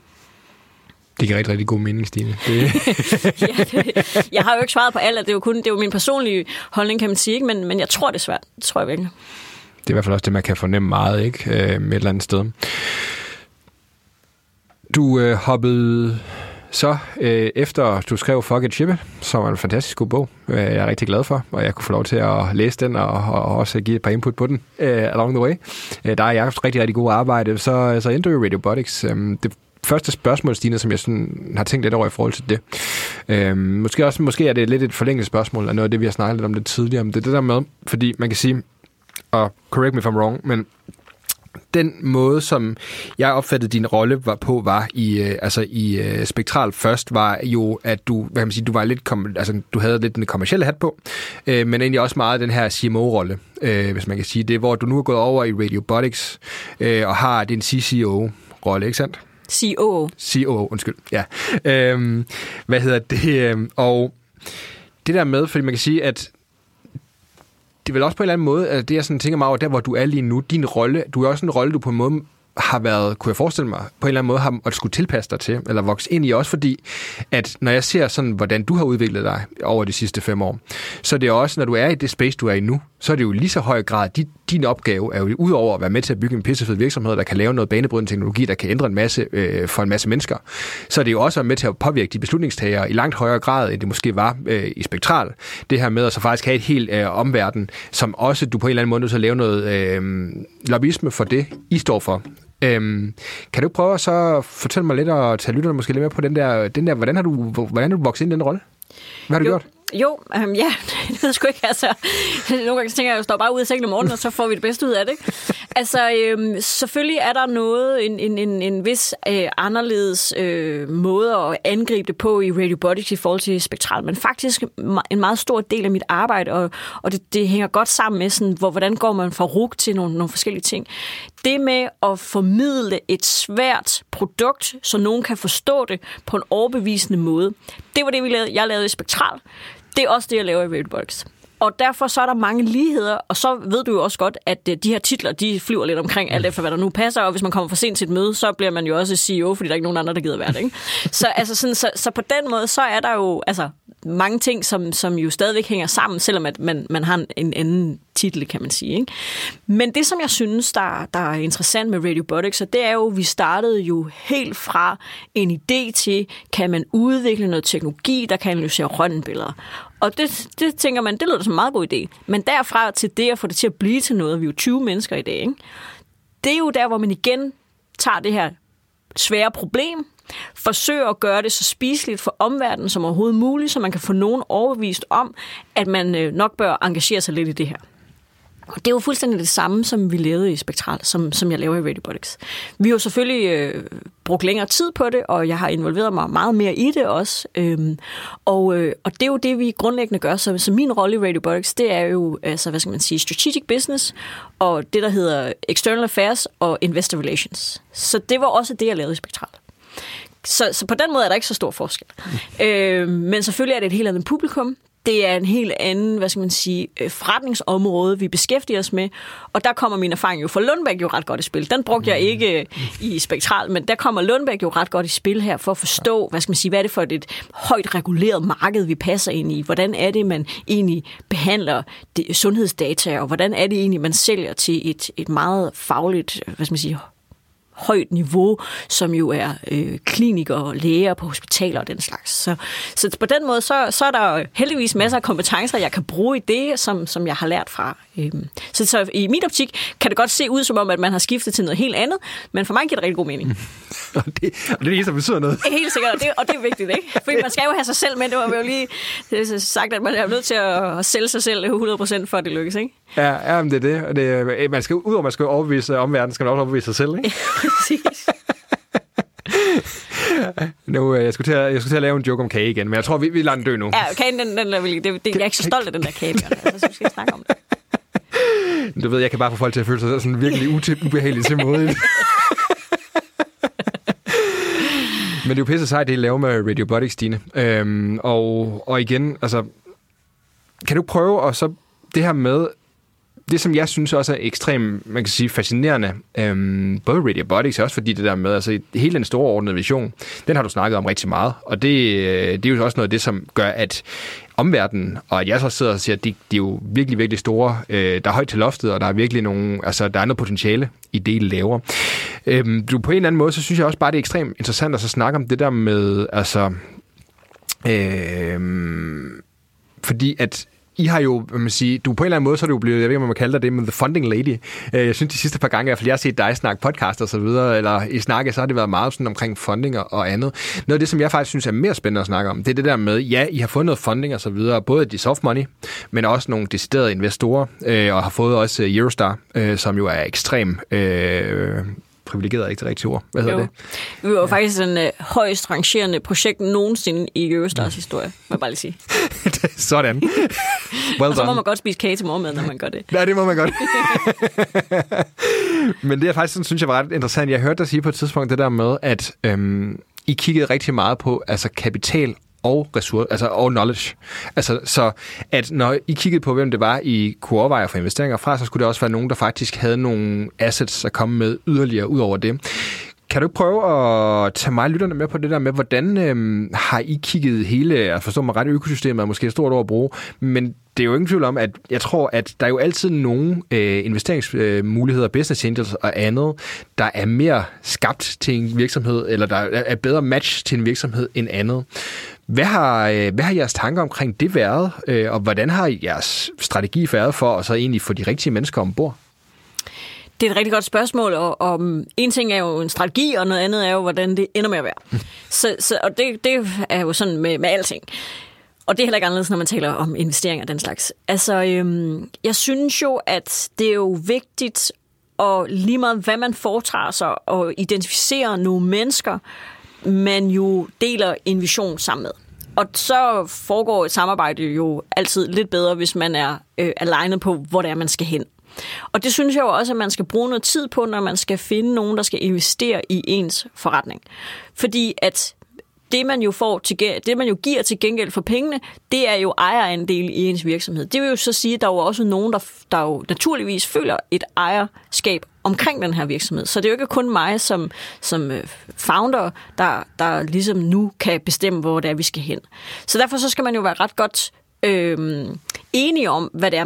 Det giver rigtig, rigtig god mening, Stine. Det... ja, det, jeg har jo ikke svaret på alt, det er jo kun det er jo min personlige holdning, kan man sige, ikke? Men, men jeg tror, det er svært. Det tror jeg virkelig. Det er i hvert fald også det, man kan fornemme meget, ikke? Øh, med et eller andet sted. Du øh, hoppede så, øh, efter du skrev Fuck It, Ship It, som var en fantastisk god bog, øh, jeg er rigtig glad for, og jeg kunne få lov til at læse den, og, og også give et par input på den øh, along the way. Øh, der er Jakobs rigtig, rigtig god arbejde, så, så endte du i Radiobotics. Øh, det første spørgsmål, Stine, som jeg sådan har tænkt lidt over i forhold til det. Øh, måske, også, måske er det lidt et forlænget spørgsmål, af noget af det, vi har snakket lidt om det tidligere, om det er det der med, fordi man kan sige, og correct me if I'm wrong, men den måde, som jeg opfattede din rolle var på, var i øh, altså i øh, Spektral først, var jo, at du, hvad kan man sige, du var lidt kom, altså du havde lidt den kommercielle hat på, øh, men egentlig også meget den her C M O-rolle, øh, hvis man kan sige det, hvor du nu er gået over i Radiobotics øh, og har din C C O-rolle, ikke sandt? C O O. C O O, undskyld. Ja. Øh, hvad hedder det? Øh, og det der med, fordi man kan sige, at det er vel også på en eller anden måde, at det jeg sådan tænker mig over, der hvor du er lige nu, din rolle, du er også en rolle, du på en måde har været, kunne jeg forestille mig, på en eller anden måde har at skulle tilpasse dig til, eller vokse ind i, også fordi, at når jeg ser sådan, hvordan du har udviklet dig over de sidste fem år, så det er også, når du er i det space, du er i nu, så er det jo lige så høj grad, din, din opgave er jo udover at være med til at bygge en pissefed virksomhed, der kan lave noget banebrydende teknologi, der kan ændre en masse øh, for en masse mennesker, så er det jo også med til at påvirke de beslutningstagere i langt højere grad, end det måske var øh, i Spektral. Det her med at så faktisk have et helt øh, omverden, som også du på en eller anden måde nødt til at lave noget øh, lobbyisme for det, I står for. Øhm, kan du prøve at så fortælle mig lidt og tage lytterne måske lidt mere på den der, den der hvordan har du hvordan har du vokset ind i den rolle? Hvad har du jo, gjort? Jo, øhm, ja, det ved jeg sgu ikke. Altså, nogle gange tænker jeg, at jeg står bare ude i sengen om morgenen, og så får vi det bedste ud af det. Ikke? Altså, øhm, selvfølgelig er der noget, en, en, en, en vis øh, anderledes øh, måde at angribe det på i Radiobotics i forhold til Spektral, men faktisk en meget stor del af mit arbejde, og, og det, det hænger godt sammen med, sådan, hvor, hvordan går man fra R U G til nogle, nogle forskellige ting. Det med at formidle et svært produkt, så nogen kan forstå det på en overbevisende måde, det var det, vi lavede, jeg lavede i Spektral. Det er også det, jeg laver i Radiobotics. Og derfor så er der mange ligheder, og så ved du jo også godt, at de her titler, de flyver lidt omkring alt efter, hvad der nu passer, og hvis man kommer for sent til et møde, så bliver man jo også C E O, fordi der er ikke nogen andre, der gider være det. Ikke? Så, altså sådan, så, så på den måde, så er der jo altså, mange ting, som, som jo stadigvæk hænger sammen, selvom at man, man har en anden titel, kan man sige. Ikke? Men det, som jeg synes, der, der er interessant med Radiobotics, det er jo, at vi startede jo helt fra en idé til, kan man udvikle noget teknologi, der kan analysere røntgenbilleder. Og det, det tænker man, det lyder som en meget god idé. Men derfra til det at få det til at blive til noget, vi er jo tyve mennesker i dag, ikke? Det er jo der, hvor man igen tager det her svære problem, forsøger at gøre det så spiseligt for omverdenen som overhovedet muligt, så man kan få nogen overbevist om, at man nok bør engagere sig lidt i det her. Og det er jo fuldstændig det samme, som vi lavede i Spektral, som, som jeg laver i Radiobotics. Vi har jo selvfølgelig øh, brugt længere tid på det, og jeg har involveret mig meget mere i det også. Øhm, og, øh, og det er jo det, vi grundlæggende gør. Så, så min rolle i Radiobotics, det er jo, altså, hvad skal man sige, strategic business, og det, der hedder external affairs og investor relations. Så det var også det, jeg lavede i Spektral. Så, så på den måde er der ikke så stor forskel. Mm. Øh, men selvfølgelig er det et helt andet publikum. Det er en helt anden, hvad skal man sige, forretningsområde, vi beskæftiger os med. Og der kommer min erfaring jo fra Lundbeck jo ret godt i spil. Den brugte jeg ikke i Spektral, men der kommer Lundbeck jo ret godt i spil her for at forstå, hvad skal man sige, hvad er det for et højt reguleret marked, vi passer ind i? Hvordan er det, man egentlig behandler det, sundhedsdata, og hvordan er det egentlig, man sælger til et, et meget fagligt, hvad skal man sige, højt niveau, som jo er øh, klinikere og læger på hospitaler og den slags. Så, så på den måde, så, så er der heldigvis masser af kompetencer, jeg kan bruge i det, som, som jeg har lært fra. Øhm. Så, så i min optik kan det godt se ud som om, at man har skiftet til noget helt andet, men for mig giver det rigtig god mening. og, det, og det er det, som betyder noget. Helt sikkert, og det, og det er vigtigt, ikke? Fordi man skal jo have sig selv med. Det var jo lige det sagt, at man er nødt til at sælge sig selv hundrede procent for, at det lykkes, ikke? Ja, ja, men det er det. det man skal, udover at man skal overbevise omverdenen, skal man også overbevise sig selv, ikke? Præcis. Nu, jeg skulle, til at, jeg skulle til at lave en joke om kage igen, men jeg tror, vi, vi lader den dø nu. Ja, kagen, den, den, den, det, det, jeg er ikke så stolt af den der kage, altså, så skal jeg snakke om det. Du ved, jeg kan bare få folk til at føle sig sådan virkelig ubehageligt til måde. Men det er jo pisse sejt, det I laver med Radiobotics, Stine. Øhm, og, og igen, altså, kan du prøve at så det her med, det som jeg synes også er ekstremt, man kan sige, fascinerende, øhm, både Radiobotics, også fordi det der med, altså hele den store ordnede vision, den har du snakket om rigtig meget, og det, det er jo også noget af det, som gør, at omverdenen, og at jeg så sidder og siger, at de, de er jo virkelig, virkelig store, øh, der er højt til loftet, og der er virkelig nogle, altså der er noget potentiale i det, I laver. Øhm, du, på en eller anden måde, så synes jeg også bare, det er ekstremt interessant at så snakke om det der med, altså, øh, fordi at I har jo, hvad man siger, du på en eller anden måde, så er det jo blevet, jeg ved ikke, om man kalder det, med the funding lady. Jeg synes, de sidste par gange, i hvert fald jeg har set dig snakke podcast og så videre, eller i snakke, så har det været meget sådan omkring funding og andet. Noget af det, som jeg faktisk synes er mere spændende at snakke om, det er det der med, ja, I har fået noget funding og så videre, både de soft money, men også nogle deciderede investorer, øh, og har fået også Eurostar, øh, som jo er ekstrem øh, privilegeret, er ikke det rigtige ord. Hvad hedder jo. det? Vi var ja. faktisk en øh, højst rangerende projekt nogensinde i Eurostars mm. historie, må jeg bare lige sige. Sådan. Well og så må man godt spise kage til morgenmad, når man gør det. Nej, det må man godt. Men det er faktisk sådan, synes jeg var ret interessant. Jeg hørte dig sige på et tidspunkt det der med, at øhm, I kiggede rigtig meget på altså kapital og ressourcer, altså og knowledge. Altså, så at når I kiggede på, hvem det var, I kunne overveje for investeringer fra, så skulle det også være nogen, der faktisk havde nogle assets at komme med yderligere ud over det. Kan du prøve at tage mig lytterne med på det der med, hvordan øhm, har I kigget hele, jeg forstår mig ret, økosystemet er måske et stort ord at bruge, men det er jo ingen tvivl om, at jeg tror, at der er jo altid nogle øh, investeringsmuligheder, business angels og andet, der er mere skabt til en virksomhed, eller der er bedre match til en virksomhed end andet. Hvad har, øh, hvad har jeres tanker omkring det været, øh, og hvordan har jeres strategi været for at så egentlig få de rigtige mennesker ombord? Det er et rigtig godt spørgsmål, og, og en ting er jo en strategi, og noget andet er jo, hvordan det ender med at være. Så, så, og det, det er jo sådan med, med alting. Og det er heller ikke anderledes, når man taler om investeringer og den slags. Altså, øhm, jeg synes jo, at det er jo vigtigt, og lige meget hvad man foretager sig, og identificere nogle mennesker, man jo deler en vision sammen med. Og så foregår et samarbejde jo altid lidt bedre, hvis man er øh, alignet på, hvor det er, man skal hen. Og det synes jeg jo også, at man skal bruge noget tid på, når man skal finde nogen, der skal investere i ens forretning. Fordi at det, man jo får til, det, man jo giver til gengæld for pengene, det er jo ejerandel i ens virksomhed. Det vil jo så sige, at der er jo også nogen, der, der jo naturligvis føler et ejerskab omkring den her virksomhed. Så det er jo ikke kun mig som, som founder, der, der ligesom nu kan bestemme, hvor det er, vi skal hen. Så derfor så skal man jo være ret godt øh, enige om, hvad det er, man,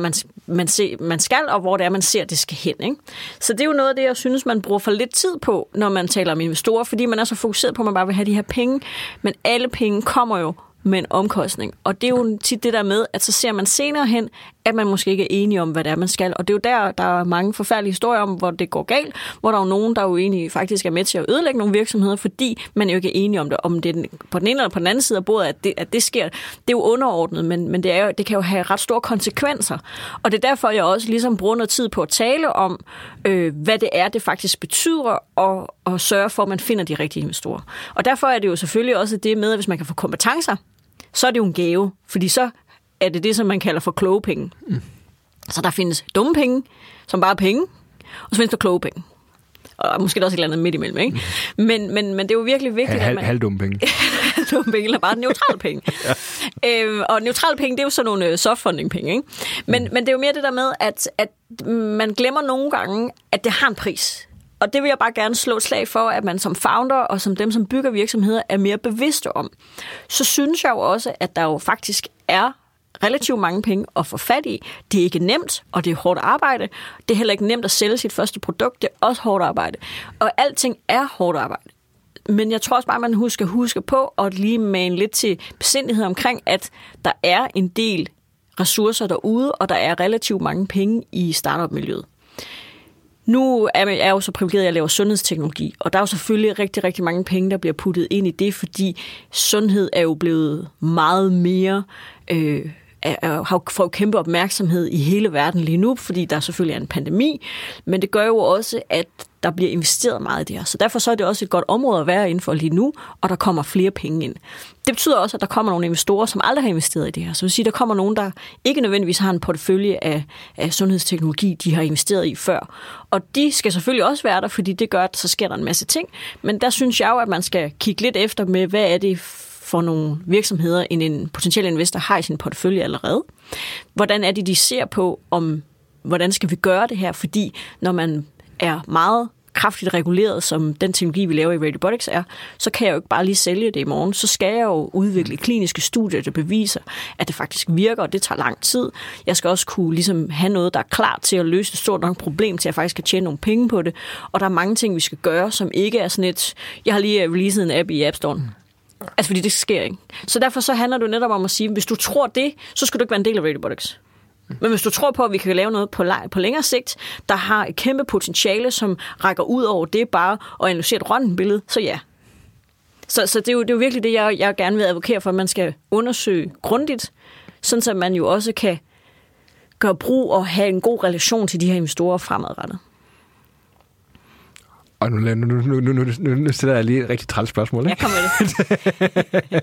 man, se, man skal, og hvor det er, man ser, det skal hen. Ikke? Så det er jo noget af det, jeg synes, man bruger for lidt tid på, når man taler om investorer, fordi man er så fokuseret på, at man bare vil have de her penge. Men alle penge kommer jo med en omkostning. Og det er jo tit det der med, at så ser man senere hen, at man måske ikke er enige om, hvad det er, man skal. Og det er jo der, der er mange forfærdelige historier om, hvor det går galt, hvor der er jo nogen, der jo egentlig faktisk er med til at ødelægge nogle virksomheder, fordi man jo ikke er enige om det, om det på den ene eller på den anden side af bordet, at det, at det sker. Det er jo underordnet, men, men det, er jo, det kan jo have ret store konsekvenser. Og det er derfor, jeg også ligesom bruger noget tid på at tale om, øh, hvad det er, det faktisk betyder, og, og sørge for, at man finder de rigtige investorer. Og derfor er det jo selvfølgelig også det med, at hvis man kan få kompetencer, så er det jo en gave, fordi så er det det, som man kalder for kloge penge. Mm. Så der findes dumme penge, som bare er penge, og så findes der kloge penge. Og måske også et eller andet midt imellem, ikke? Mm. Men, men, men det er jo virkelig vigtigt, Hal, at man... Halvdumme penge. Halvdumme penge, eller bare neutrale penge. Ja. Øhm, og neutrale penge, det er jo sådan nogle softfunding-penge, ikke? Men, mm. men det er jo mere det der med, at, at man glemmer nogle gange, at det har en pris. Og det vil jeg bare gerne slå et slag for, at man som founder og som dem, som bygger virksomheder, er mere bevidste om. Så synes jeg jo også, at der jo faktisk er relativt mange penge at få fat i. Det er ikke nemt, og det er hårdt arbejde. Det er heller ikke nemt at sælge sit første produkt. Det er også hårdt arbejde. Og alting er hårdt arbejde. Men jeg tror også bare, at man husker huske på at lige mane lidt til besindighed omkring, at der er en del ressourcer derude, og der er relativt mange penge i startup-miljøet. Nu er jeg jo så privilegeret, at jeg laver sundhedsteknologi, og der er jo selvfølgelig rigtig, rigtig mange penge, der bliver puttet ind i det, fordi sundhed er jo blevet meget mere, øh, har fået kæmpe opmærksomhed i hele verden lige nu, fordi der selvfølgelig er en pandemi, men det gør jo også, at der bliver investeret meget i det her. Så derfor så er det også et godt område at være inden for lige nu, og der kommer flere penge ind. Det betyder også, at der kommer nogle investorer, som aldrig har investeret i det her. Så vil sige, at der kommer nogen, der ikke nødvendigvis har en portefølje af, af sundhedsteknologi, de har investeret i før. Og de skal selvfølgelig også være der, fordi det gør, at så sker der en masse ting. Men der synes jeg jo, at man skal kigge lidt efter med, hvad er det for nogle virksomheder, end en potentiel investor har i sin portefølje allerede. Hvordan er det, de ser på, om hvordan skal vi gøre det her? Fordi når man er meget kraftigt reguleret, som den teknologi, vi laver i Radirobotics er, så kan jeg jo ikke bare lige sælge det i morgen. Så skal jeg jo udvikle kliniske studier, der beviser, at det faktisk virker, og det tager lang tid. Jeg skal også kunne ligesom have noget, der er klar til at løse et stort nok problem, til at jeg faktisk kan tjene nogle penge på det. Og der er mange ting, vi skal gøre, som ikke er sådan et... Jeg har lige releaset en app i App Store. Altså, fordi det sker ikke. Så derfor så handler det netop om at sige, hvis du tror det, så skal du ikke være en del af Radirobotics. Men hvis du tror på, at vi kan lave noget på, på længere sigt, der har et kæmpe potentiale, som rækker ud over det bare at analysere et røntgenbillede, så ja. Så, så det, er jo, det er jo virkelig det, jeg, jeg gerne vil advokere for, at man skal undersøge grundigt, sådan så man jo også kan gøre brug og have en god relation til de her investorer fremadrettet. Og nu, nu, nu, nu, nu, nu, nu stiller jeg lige et rigtig træls spørgsmål. Ikke? Jeg kommer med det.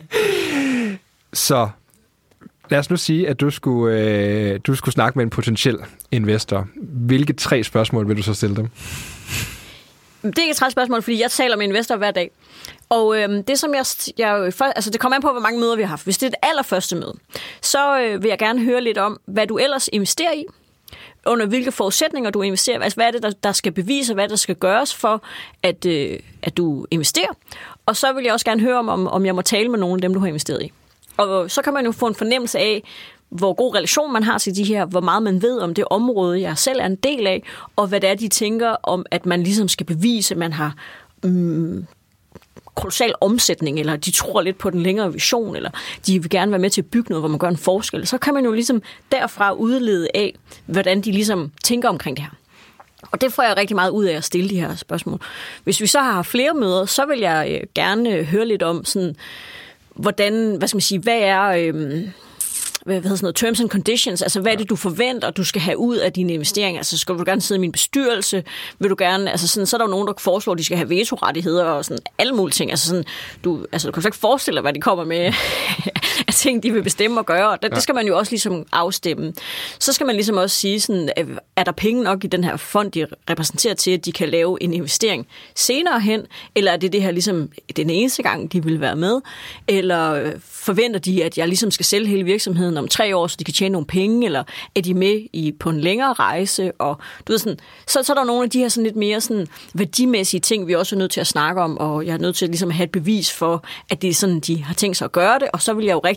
Så lad os nu sige, at du skulle, øh, du skulle snakke med en potentiel investor. Hvilke tre spørgsmål vil du så stille dem? Det er ikke et træls spørgsmål, fordi jeg taler med investorer hver dag. Og øh, det som jeg, jeg altså det kommer an på, hvor mange møder vi har haft. Hvis det er det allerførste møde, så øh, vil jeg gerne høre lidt om, hvad du ellers investerer i. Under hvilke forudsætninger du investerer. Altså, hvad er det, der, der skal bevise, hvad der skal gøres for, at, øh, at du investerer. Og så vil jeg også gerne høre om, om, om jeg må tale med nogle af dem, du har investeret i. Og så kan man jo få en fornemmelse af, hvor god relation man har til de her, hvor meget man ved om det område, jeg selv er en del af, og hvad det er, de tænker om, at man ligesom skal bevise, at man har mm, kolossal omsætning, eller de tror lidt på den længere vision, eller de vil gerne være med til at bygge noget, hvor man gør en forskel. Så kan man jo ligesom derfra udlede af, hvordan de ligesom tænker omkring det her. Og det får jeg rigtig meget ud af at stille de her spørgsmål. Hvis vi så har flere møder, så vil jeg gerne høre lidt om sådan, hvordan, hvad skal man sige, hvad er, øhm, hvad hedder sådan noget, terms and conditions, altså hvad er det, du forventer, du skal have ud af dine investeringer? Altså skal du gerne sidde i min bestyrelse? Vil du gerne, altså sådan, så er der jo nogen, der foreslår, at de skal have vetorettigheder og sådan alle mulige ting. Altså sådan, du, altså du kan så ikke forestille dig, hvad de kommer med af ting, de vil bestemme og gøre. Og det, det skal man jo også ligesom afstemme. Så skal man ligesom også sige, sådan, er der penge nok i den her fond, de repræsenterer til, at de kan lave en investering senere hen? Eller er det det her ligesom den eneste gang, de vil være med? Eller forventer de, at jeg ligesom skal sælge hele virksomheden om tre år, så de kan tjene nogle penge, eller er de med i, på en længere rejse? Og du ved sådan, så, så er der nogle af de her sådan lidt mere sådan værdimæssige ting, vi også er nødt til at snakke om, og jeg er nødt til at ligesom have et bevis for, at det er sådan, de har tænkt sig at gøre det, og så vil jeg jo rigtig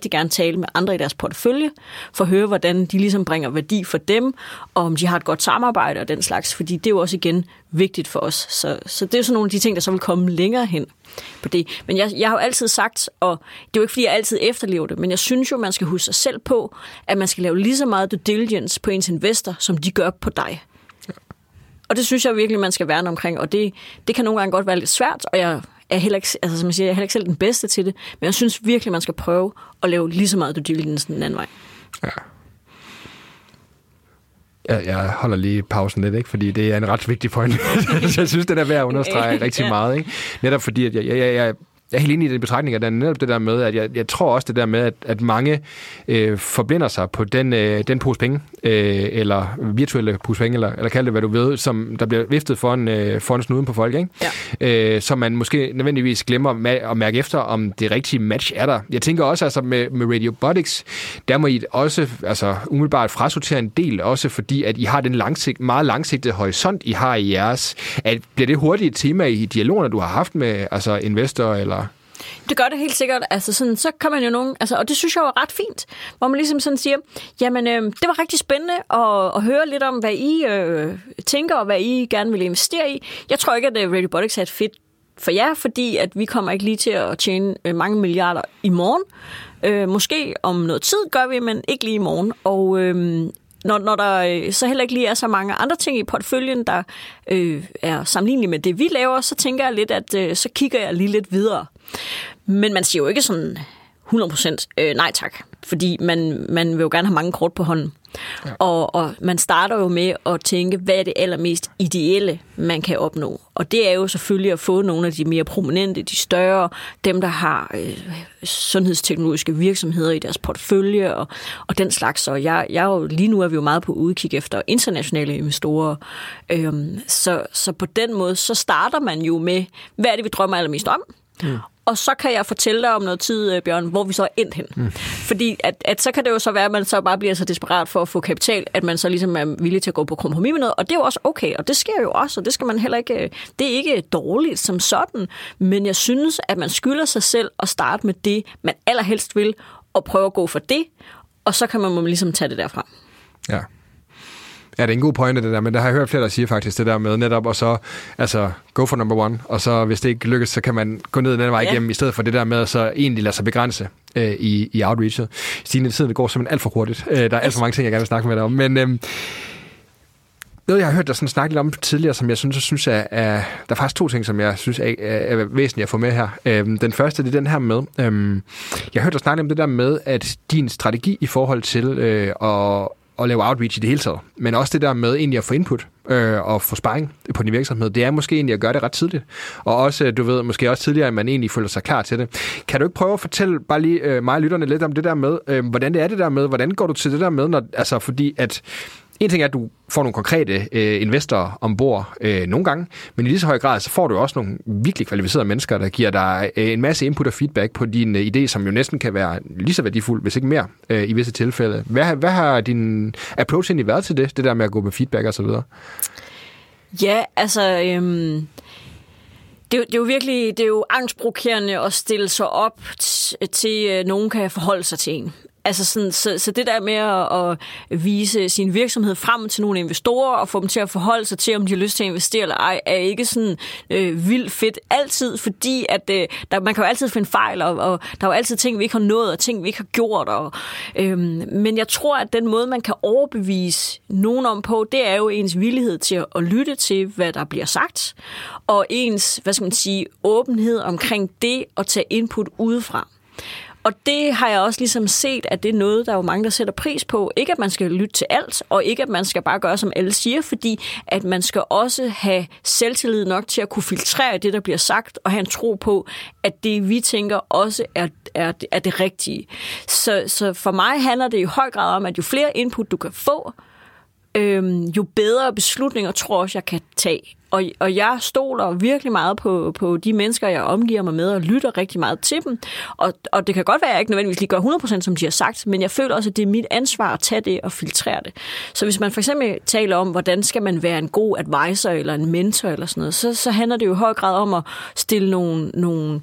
rigtig gerne tale med andre i deres portefølje, for at høre, hvordan de ligesom bringer værdi for dem, og om de har et godt samarbejde og den slags, fordi det er jo også igen vigtigt for os. Så, så det er jo sådan nogle af de ting, der så vil komme længere hen på det. Men jeg, jeg har jo altid sagt, og det er jo ikke, fordi jeg altid efterlever det, men jeg synes jo, man skal huske sig selv på, at man skal lave lige så meget due diligence på ens investor, som de gør på dig. Ja. Og det synes jeg virkelig, man skal værne omkring, og det, det kan nogle gange godt være lidt svært, og jeg er heller ikke, altså, som jeg siger, jeg er heller ikke selv den bedste til det, men jeg synes virkelig, man skal prøve at lave lige så meget due diligence den anden vej. Ja. Jeg, jeg holder lige pausen lidt, ikke? Fordi det er en ret vigtig point. Jeg synes, det er værd at understrege rigtig meget. Ikke? Netop fordi, at jeg, jeg, jeg, jeg Jeg er helt enig i den betragtning, at der er netop det der med, at jeg, jeg tror også det der med, at, at mange øh, forblinder sig på den, øh, den pose penge, øh, eller virtuelle pose penge, eller, eller kald det, hvad du ved, som der bliver viftet foran, øh, foran snuden på folk, ikke? Ja. Øh, så man måske nødvendigvis glemmer at mærke efter, om det rigtige match er der. Jeg tænker også, altså med, med Radiobotics, der må I også altså, umiddelbart frasortere en del, også fordi, at I har den langsigt, meget langsigtede horisont, I har i jeres. At, bliver det hurtigt et tema i dialogerne, du har haft med altså, investorer, eller... Det gør det helt sikkert. Altså sådan, så kan man jo nogen, altså, og det synes jeg var ret fint, hvor man ligesom sådan siger, jamen øh, det var rigtig spændende at, at høre lidt om, hvad I øh, tænker, og hvad I gerne vil investere i. Jeg tror ikke, at Radiobotics er et fedt for jer, fordi at vi kommer ikke lige til at tjene øh, mange milliarder i morgen. Øh, måske om noget tid gør vi, men ikke lige i morgen. Og øh, Når, når der så heller ikke lige er så mange andre ting i porteføljen, der øh, er sammenlignelige med det, vi laver, så tænker jeg lidt, at øh, så kigger jeg lige lidt videre. Men man siger jo ikke sådan hundrede procent øh, nej tak, fordi man, man vil jo gerne have mange kort på hånden. Ja. Og, og man starter jo med at tænke, hvad er det allermest ideelle, man kan opnå. Og det er jo selvfølgelig at få nogle af de mere prominente, de større, dem der har øh, sundhedsteknologiske virksomheder i deres portefølje og, og den slags. Og jeg, jeg jo, lige nu er vi jo meget på udkig efter internationale investorer. Øhm, så, så på den måde, så starter man jo med, hvad er det, vi drømmer allermest om? Mm. Og så kan jeg fortælle dig om noget tid, Bjørn, hvor vi så er endt hen. Mm. Fordi at, at så kan det jo så være, at man så bare bliver så desperat for at få kapital, at man så ligesom er villig til at gå på kompromis med noget. Og det er jo også okay, og det sker jo også, og det skal man heller ikke... Det er ikke dårligt som sådan, men jeg synes, at man skylder sig selv at starte med det, man allerhelst vil, og prøve at gå for det, og så kan man ligesom tage det derfra. Ja. Ja, det er en god pointe, det der, men der har jeg hørt flere, der siger faktisk det der med netop, og så altså go for number one, og så hvis det ikke lykkes, så kan man gå ned den vej ja. igennem, i stedet for det der med at så egentlig lade sig begrænse øh, i, i outreachet. Stine, tiden det går simpelthen alt for hurtigt. Øh, der er alt for mange ting, jeg gerne vil snakke med dig om, men... Øh, noget, jeg har hørt dig sådan snakke lidt om tidligere, som jeg synes, jeg synes er, er... Der er faktisk to ting, som jeg synes er, er, er væsentlige at få med her. Øhm, den første, det er den her med... Øhm, jeg har hørt dig snakke om det der med, at din strategi i forhold til øh, at, at lave outreach i det hele taget, men også det der med egentlig at få input øh, og få sparring på din virksomhed, det er måske egentlig at gøre det ret tidligt. Og også, du ved, måske også tidligere, at man egentlig føler sig klar til det. Kan du ikke prøve at fortælle bare lige øh, mig og lytterne lidt om det der med, øh, hvordan det er det der med, hvordan går du til det der med, når, altså fordi at en ting er, at du får nogle konkrete øh, investorer ombord øh, nogle gange, men i lige så høj grad, så får du også nogle virkelig kvalificerede mennesker, der giver dig øh, en masse input og feedback på din øh, idé, som jo næsten kan være lige så værdifuld, hvis ikke mere, øh, i visse tilfælde. Hvad, hvad har din approach egentlig været til det, det der med at gå med feedback og så videre? Ja, altså... Øhm Det er, jo, det er jo virkelig det er jo angstprovokerende at stille sig op t- til, at nogen kan forholde sig til en. Altså sådan, så, så det der med at, at vise sin virksomhed frem til nogle investorer og få dem til at forholde sig til, om de har lyst til at investere eller ej, er ikke sådan øh, vildt fedt altid, fordi at øh, der, man kan jo altid finde fejl, og, og der er jo altid ting, vi ikke har nået, og ting, vi ikke har gjort. Og, øh, men jeg tror, at den måde, man kan overbevise nogen om på, det er jo ens villighed til at, at lytte til, hvad der bliver sagt, og ens, hvad skal man sige, åbenhed omkring det at tage input udefra. Og det har jeg også ligesom set, at det er noget, der er jo mange, der sætter pris på. Ikke, at man skal lytte til alt, og ikke, at man skal bare gøre, som alle siger, fordi at man skal også have selvtillid nok til at kunne filtrere det, der bliver sagt, og have en tro på, at det, vi tænker, også er, er, er det rigtige. Så, så for mig handler det i høj grad om, at jo flere input, du kan få, øhm, jo bedre beslutninger tror jeg, jeg kan tage. Og, og jeg stoler virkelig meget på, på de mennesker, jeg omgiver mig med, og lytter rigtig meget til dem. Og, og det kan godt være, at jeg ikke nødvendigvis lige gør hundrede procent, som de har sagt, men jeg føler også, at det er mit ansvar at tage det og filtrere det. Så hvis man for eksempel taler om, hvordan skal man være en god advisor eller en mentor eller sådan noget, så, så handler det jo i høj grad om at stille nogle, nogle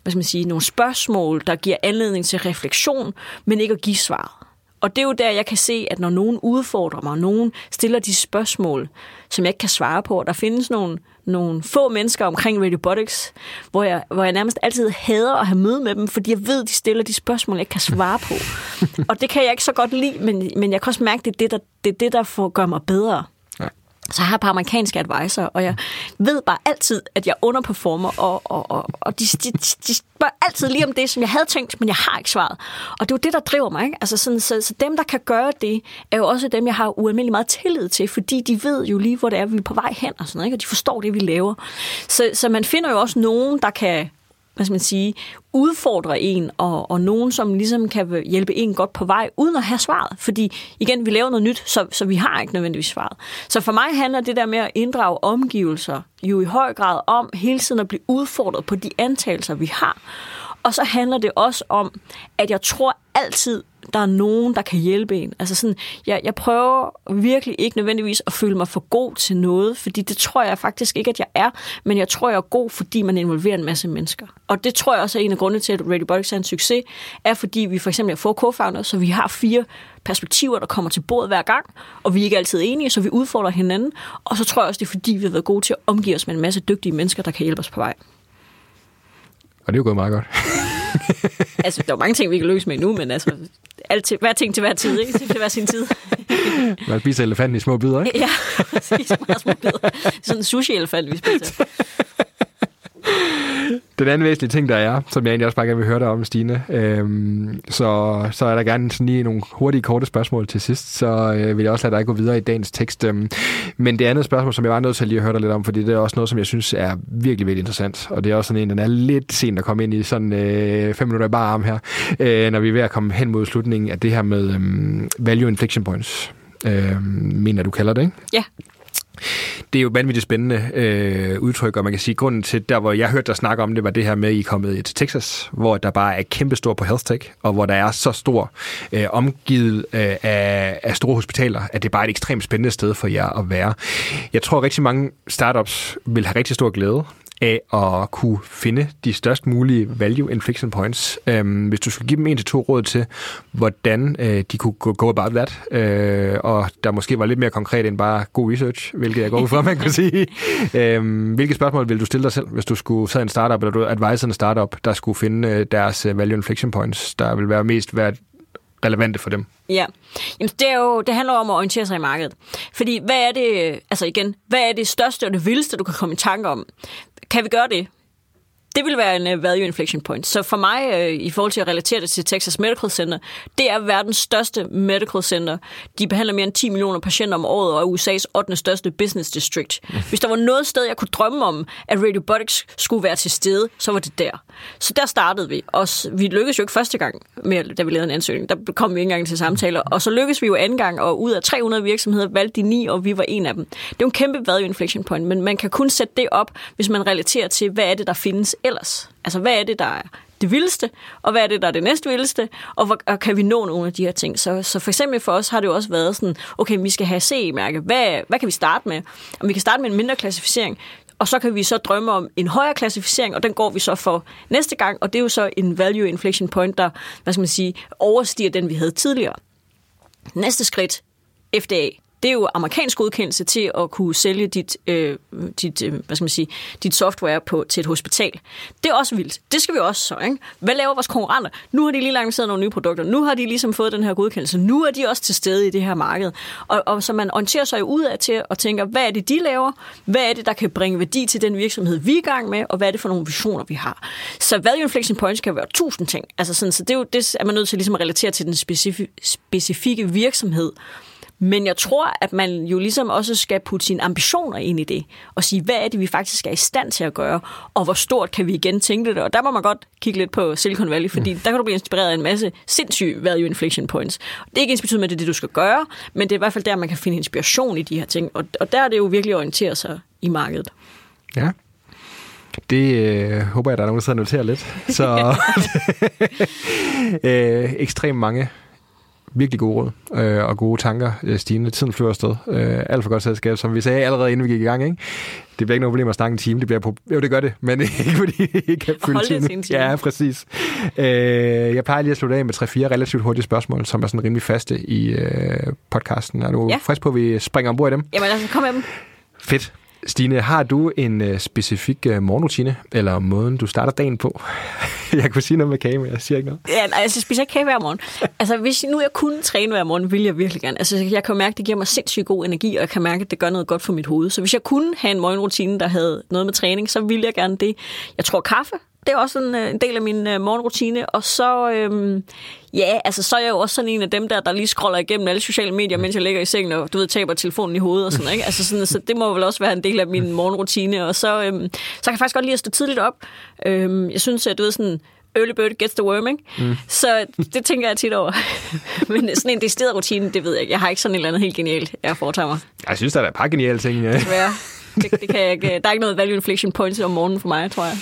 hvad skal man sige, nogle spørgsmål, der giver anledning til refleksion, men ikke at give svaret. Og det er jo der, jeg kan se, at når nogen udfordrer mig, og nogen stiller de spørgsmål, som jeg ikke kan svare på, og der findes nogle, nogle få mennesker omkring Radiobotics, hvor jeg, hvor jeg nærmest altid hader at have møde med dem, fordi jeg ved, de stiller de spørgsmål, jeg ikke kan svare på. Og det kan jeg ikke så godt lide, men, men jeg kan også mærke, det er det, der, det, er det, der får, gør mig bedre. Så jeg har et par amerikanske advisor, og jeg ved bare altid, at jeg underperformer, og, og, og, og de, de, de spørger altid lige om det, som jeg havde tænkt, men jeg har ikke svaret. Og det er jo det, der driver mig, ikke? Altså sådan, så, så dem, der kan gøre det, er jo også dem, jeg har ualmindelig meget tillid til, fordi de ved jo lige, hvor det er, vi er på vej hen, og sådan noget, ikke? Og de forstår det, vi laver. Så, så man finder jo også nogen, der kan, hvad skal man sige, udfordre en, og, og nogen, som ligesom kan hjælpe en godt på vej, uden at have svaret. Fordi, igen, vi laver noget nyt, så, så vi har ikke nødvendigvis svaret. Så for mig handler det der med at inddrage omgivelser jo i høj grad om hele tiden at blive udfordret på de antagelser, vi har. Og så handler det også om, at jeg tror altid, der er nogen, der kan hjælpe en. Altså sådan, jeg, jeg prøver virkelig ikke nødvendigvis at føle mig for god til noget, fordi det tror jeg faktisk ikke, at jeg er, men jeg tror, jeg er god, fordi man involverer en masse mennesker. Og det tror jeg også er en af grundene til, at Radiobotics er en succes, er fordi vi for eksempel er få co-founders, så vi har fire perspektiver, der kommer til bordet hver gang, og vi er ikke altid enige, så vi udfordrer hinanden. Og så tror jeg også, det er fordi, vi har været gode til at omgive os med en masse dygtige mennesker, der kan hjælpe os på vej. Og det er jo gået meget godt. Altså, der er mange ting, vi kan løse med nu, men altså, altid, hver ting til hver tid, ikke? Til hver sin tid. Man spiser elefanten i små bidder, ikke? Ja, præcis, meget små bidder. Sådan en sushi-elefant, vi spiser. Den anden væsentlige ting, der er, som jeg egentlig også bare gerne vil høre dig om, Stine, øhm, så, så er der gerne sådan lige nogle hurtige, korte spørgsmål til sidst, så øh, vil jeg også lade dig gå videre i dagens tekst. Øhm, men det andet spørgsmål, som jeg var nødt til at lige at høre dig lidt om, fordi det er også noget, som jeg synes er virkelig, virkelig interessant, og det er også sådan en, den er lidt sent at komme ind i sådan øh, fem minutter i bare arm her, øh, når vi er ved at komme hen mod slutningen af det her med øh, value inflection points, øh, mener du kalder det, ikke? Ja. Det er jo vanvittigt spændende øh, udtryk, og man kan sige, grunden til, der hvor jeg hørte dig snakke om det, var det her med, at I er kommet til Texas, hvor der bare er kæmpestor på health tech, og hvor der er så stor øh, omgivet øh, af, af store hospitaler, at det er bare et ekstremt spændende sted for jer at være. Jeg tror, rigtig mange startups vil have rigtig stor glæde af at kunne finde de størst mulige value inflection points. Øhm, hvis du skulle give dem en til to råd til, hvordan øh, de kunne go, go about that, øh, og der måske var lidt mere konkret end bare god research, hvilket jeg går ud fra, man kan sige. Øhm, hvilke spørgsmål ville du stille dig selv, hvis du skulle tage en startup, eller du advisor en startup, der skulle finde øh, deres value inflection points, der vil være mest være relevante for dem? Ja, jamen det, er jo, det handler om at orientere sig i markedet. Fordi hvad er det, altså igen, hvad er det største og det vildeste, du kan komme i tanke om? Kan vi gøre det? Det vil være en uh, value inflection point. Så for mig, uh, i forhold til at relatere det til Texas Medical Center, det er verdens største medical center. De behandler mere end ti millioner patienter om året, og er U S A's ottende største business district. Hvis der var noget sted, jeg kunne drømme om, at Radiobotics skulle være til stede, så var det der. Så der startede vi. Og vi lykkedes jo ikke første gang, med, da vi lavede en ansøgning. Der kom vi ikke engang til samtaler. Og så lykkedes vi jo anden gang, og ud af tre hundrede virksomheder valgte de ni, og vi var en af dem. Det er jo en kæmpe value inflection point, men man kan kun sætte det op, hvis man relaterer til, hvad er det, der findes ellers. Altså, hvad er det, der er det vildeste, og hvad er det, der er det næst vildeste, og hvor og kan vi nå nogle af de her ting. Så, så for eksempel for os har det jo også været sådan, okay, vi skal have C E-mærke. Hvad, hvad kan vi starte med? Og vi kan starte med en mindre klassificering, og så kan vi så drømme om en højere klassificering, og den går vi så for næste gang, og det er jo så en value inflection point, der, hvad skal man sige, overstiger den, vi havde tidligere. Næste skridt, F D A. Det er jo amerikansk godkendelse til at kunne sælge dit, øh, dit, øh, hvad skal man sige, dit software på, til et hospital. Det er også vildt. Det skal vi også så, ikke? Hvad laver vores konkurrenter? Nu har de lige lanceret nogle nye produkter. Nu har de ligesom fået den her godkendelse. Nu er de også til stede i det her marked. Og, og så man orienterer sig ud af til og tænker, hvad er det, de laver? Hvad er det, der kan bringe værdi til den virksomhed, vi er i gang med? Og hvad er det for nogle visioner, vi har? Så value inflection points kan være tusind ting. Altså sådan, så det er jo det, er man nødt til ligesom at relatere til den specif- specifikke virksomhed. Men jeg tror, at man jo ligesom også skal putte sine ambitioner ind i det, og sige, hvad er det, vi faktisk er i stand til at gøre, og hvor stort kan vi igen tænke det. Og der må man godt kigge lidt på Silicon Valley, fordi mm. der kan du blive inspireret af en masse sindssyge value inflection points. Det er ikke ensbetydende med, det er det, du skal gøre, men det er i hvert fald der, man kan finde inspiration i de her ting. Og, og der er det jo virkelig at orientere sig i markedet. Ja. Det øh, håber jeg, der er nogen, der sidder og noterer lidt. Så øh, ekstremt mange virkelig gode råd øh, og gode tanker, Stine. Tiden flyver afsted. Øh, alt for godt selskab, som vi sagde allerede, inden vi gik i gang, ikke? Det bliver ikke noget problem at snakke en time. Det bliver på... Jo, det gør det, men ikke fordi det ikke kan fylde tiden. Ja, præcis. Øh, jeg plejer lige at slutte af med tre-fire relativt hurtige spørgsmål, som er sådan rimelig faste i øh, podcasten. Er du ja. frisk på, at vi springer ombord i dem? Jamen altså, kom med dem. Fedt. Stine, har du en øh, specifik øh, morgenrutine, eller måden, du starter dagen på? Jeg kunne sige noget med kage, men jeg siger ikke noget. Ja, nej, altså, jeg spiser ikke kage hver morgen. Altså, hvis nu jeg kunne træne hver morgen, ville jeg virkelig gerne. Altså, jeg kan mærke, at det giver mig sindssygt god energi, og jeg kan mærke, at det gør noget godt for mit hoved. Så hvis jeg kunne have en morgenrutine, der havde noget med træning, så ville jeg gerne det. Jeg tror, kaffe, det er også en, en del af min uh, morgenrutine. Og så, øhm, ja, altså, så er jeg jo også sådan en af dem der, der lige scroller igennem alle sociale medier, mens jeg ligger i sengen, og du ved, taber telefonen i hovedet og sådan, ikke? Altså, sådan, så det må vel også være en del af min morgenrutine. Og så, øhm, så kan jeg faktisk godt lide at stå tidligt op. Øhm, jeg synes, at du ved sådan... Early bird gets the worm, ikke? Mm. Så det tænker jeg tit over. Men sådan en decideret rutine, det ved jeg ikke. Jeg har ikke sådan et eller andet helt genialt, jeg foretager mig. Jeg synes, der er et par geniale ting. Ja. Desværre. Det, det kan jeg ikke. Der er ikke noget value inflection points om morgenen for mig, tror jeg.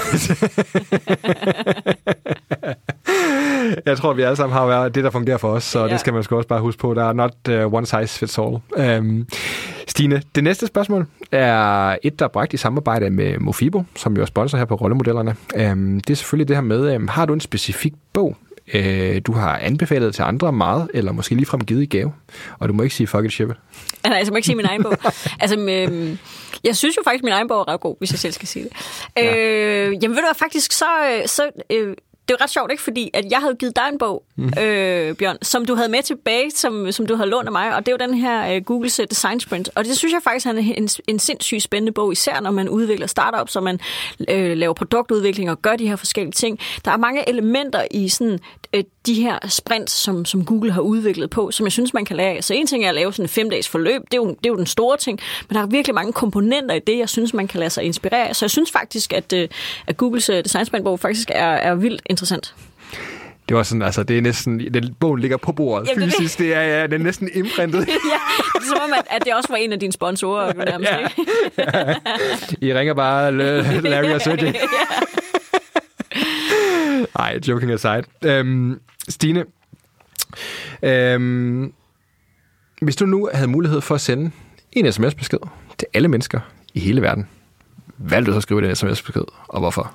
Jeg tror, vi alle sammen har været det, der fungerer for os, så ja. Det skal man sgu også bare huske på. Der er not uh, one size fits all. Um, Stine, det næste spørgsmål er et, der er bragt i samarbejde med Mofibo, som jo er sponsor her på Rollemodellerne. Um, det er selvfølgelig det her med, um, har du en specifik bog, uh, du har anbefalet til andre meget, eller måske ligefrem givet i gave? Og du må ikke sige fuck it, ship it. Nej, jeg må ikke sige min egen bog. Altså, øhm, jeg synes jo faktisk, at min egen bog er ret god, hvis jeg selv skal sige det. Ja. Øh, jamen ved du hvad, faktisk så... så øh, det er jo ret sjovt, ikke? Fordi at jeg havde givet dig en bog, mm. øh, Bjørn, som du havde med tilbage, som, som du havde lånt af mig, og det er jo den her uh, Google Set Design Sprint. Og det synes jeg faktisk er en, en, en sindssygt spændende bog, især når man udvikler startups, så man øh, laver produktudvikling og gør de her forskellige ting. Der er mange elementer i sådan øh, de her sprints, som, som Google har udviklet på, som jeg synes, man kan lære. Så en ting er at lave sådan en fem-dages forløb, det er, jo, det er jo den store ting, men der er virkelig mange komponenter i det, jeg synes, man kan lade sig inspirere. Så jeg synes faktisk, at, øh, at Googles Design Sprint-bog faktisk er, er vildt interessant. Det var sådan, altså, det er næsten, den bogen ligger på bordet Jamen, fysisk, det er, ja, det er næsten imprintet. Ja, det er som om, at det også var en af dine sponsorer, nærmest, ja. Ja. I ringer bare Larry og Sergey. Nej, joking aside. Øhm, Stine, øhm, hvis du nu havde mulighed for at sende en sms-besked til alle mennesker i hele verden, hvad vil du så skrive i den sms-besked, og hvorfor?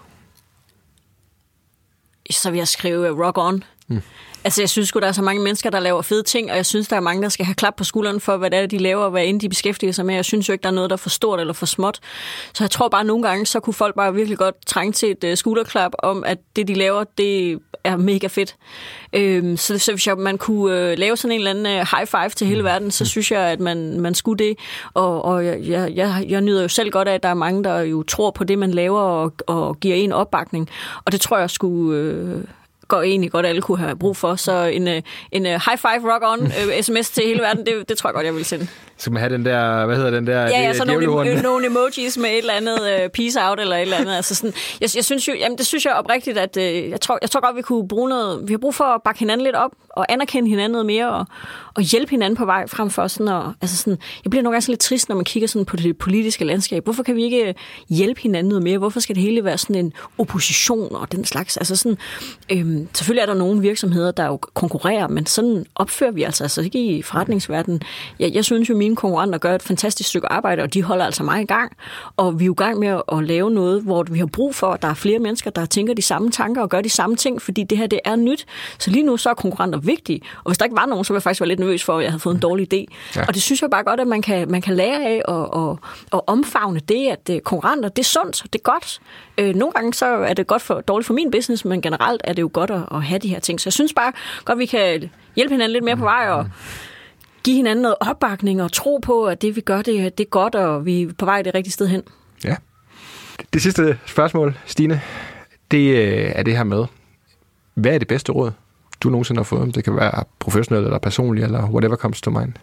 Så vil jeg skrive rock on. Mm. Altså, jeg synes sgu, der er så mange mennesker, der laver fede ting, og jeg synes, der er mange, der skal have klap på skulderen for, hvad det er, de laver, og hvad end de beskæftiger sig med. Jeg synes jo ikke, der er noget, der er for stort eller for småt. Så jeg tror bare, at nogle gange, så kunne folk bare virkelig godt trænge til et uh, skulderklap om, at det, de laver, det er mega fedt. Øhm, så, så hvis jeg, man kunne uh, lave sådan en eller anden uh, high five til hele verden, så synes jeg, at man, man skulle det. Og, og jeg, jeg, jeg nyder jo selv godt af, at der er mange, der jo tror på det, man laver, og, og giver en opbakning. Og det tror jeg skulle... Uh, går egentlig godt, alle kunne have brug for. Så en, en high five rock on uh, sms til hele verden, det, det tror jeg godt, jeg vil sende. Skal man have den der, hvad hedder den der? Ja, ja, så nogle, nogle emojis med et eller andet uh, peace out eller et eller andet. Altså sådan, jeg, jeg synes jo, jamen det synes jeg oprigtigt, at uh, jeg, tror, jeg tror godt, vi kunne bruge noget, vi har brug for at bakke hinanden lidt op og anerkende hinanden noget mere og, og hjælpe hinanden på vej frem for sådan og, altså sådan, jeg bliver nogle gange sådan lidt trist, når man kigger sådan på det politiske landskab. Hvorfor kan vi ikke hjælpe hinanden noget mere? Hvorfor skal det hele være sådan en opposition og den slags? Altså sådan, øhm, selvfølgelig er der nogle virksomheder, der jo konkurrerer, men sådan opfører vi altså, altså ikke i forretningsverdenen. Jeg, jeg synes jo, mine konkurrenter gør et fantastisk stykke arbejde, og de holder altså mig i gang. Og vi er jo i gang med at, at lave noget, hvor vi har brug for, at der er flere mennesker, der tænker de samme tanker og gør de samme ting, fordi det her, det er nyt. Så lige nu så er konkurrenter vigtige. Og hvis der ikke var nogen, så ville jeg faktisk være lidt nervøs for, at jeg havde fået en dårlig idé. Ja. Og det synes jeg bare godt, at man kan, man kan lære af og, og, og omfavne det, at konkurrenter, det er sundt, det er godt. Øh, nogle gange så er det godt for, dårligt for min business, men generelt er det jo godt at, at have de her ting. Så jeg synes bare godt, vi kan hjælpe hinanden lidt mere på vej og give hinanden noget opbakning og tro på, at det vi gør, det, det er godt, og vi er på vej det rigtige sted hen. Ja. Det sidste spørgsmål, Stine, det er det her med, hvad er det bedste råd, du nogensinde har fået? Det kan være professionelt eller personligt, eller whatever comes to mind.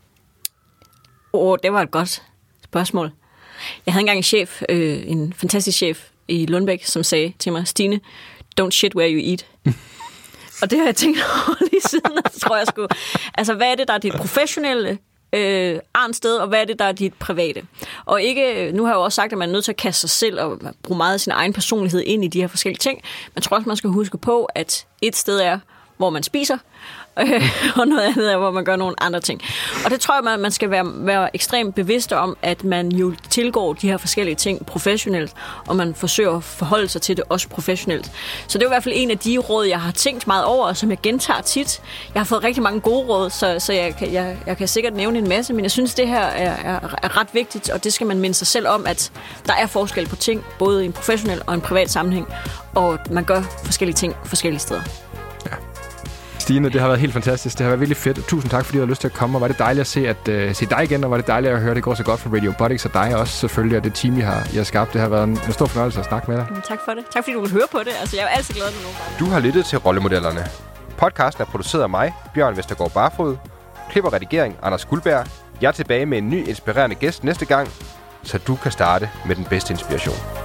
Åh, oh, det var et godt spørgsmål. Jeg havde engang en chef, øh, en fantastisk chef i Lundbæk, som sagde til mig, Stine, don't shit where you eat. Og det har jeg tænkt over lige siden, og så tror jeg sgu, altså hvad er det, der er dit professionelle øh, arnsted, og hvad er det, der er dit private? Og ikke, nu har jeg jo også sagt, at man er nødt til at kaste sig selv og bruge meget af sin egen personlighed ind i de her forskellige ting, men jeg tror også, man skal huske på, at et sted er, hvor man spiser, øh, og noget andet er, hvor man gør nogle andre ting. Og det tror jeg, man, man skal være, være ekstremt bevidst om, at man jo tilgår de her forskellige ting professionelt, og man forsøger at forholde sig til det også professionelt. Så det er i hvert fald en af de råd, jeg har tænkt meget over, og som jeg gentager tit. Jeg har fået rigtig mange gode råd, så, så jeg, jeg, jeg kan sikkert nævne en masse, men jeg synes, det her er, er, er ret vigtigt, og det skal man minde sig selv om, at der er forskel på ting, både i en professionel og en privat sammenhæng, og man gør forskellige ting forskellige steder. Stine, det har været helt fantastisk. Det har været virkelig fedt. Tusind tak, fordi du har lyst til at komme, og var det dejligt at se, at, uh, se dig igen, og var det dejligt at høre, at det går så godt for Radio Robotics, og dig også selvfølgelig, og det team, I har, I har skabt. Det har været en, en stor fornøjelse at snakke med dig. Tak for det. Tak fordi du vil høre på det. Altså, jeg er jo altid glad med nogle gange. Du har lyttet til Rollemodellerne. Podcasten er produceret af mig, Bjørn Vestergaard Barfod. Klip og redigering, Anders Guldberg. Jeg er tilbage med en ny inspirerende gæst næste gang, så du kan starte med den bedste inspiration.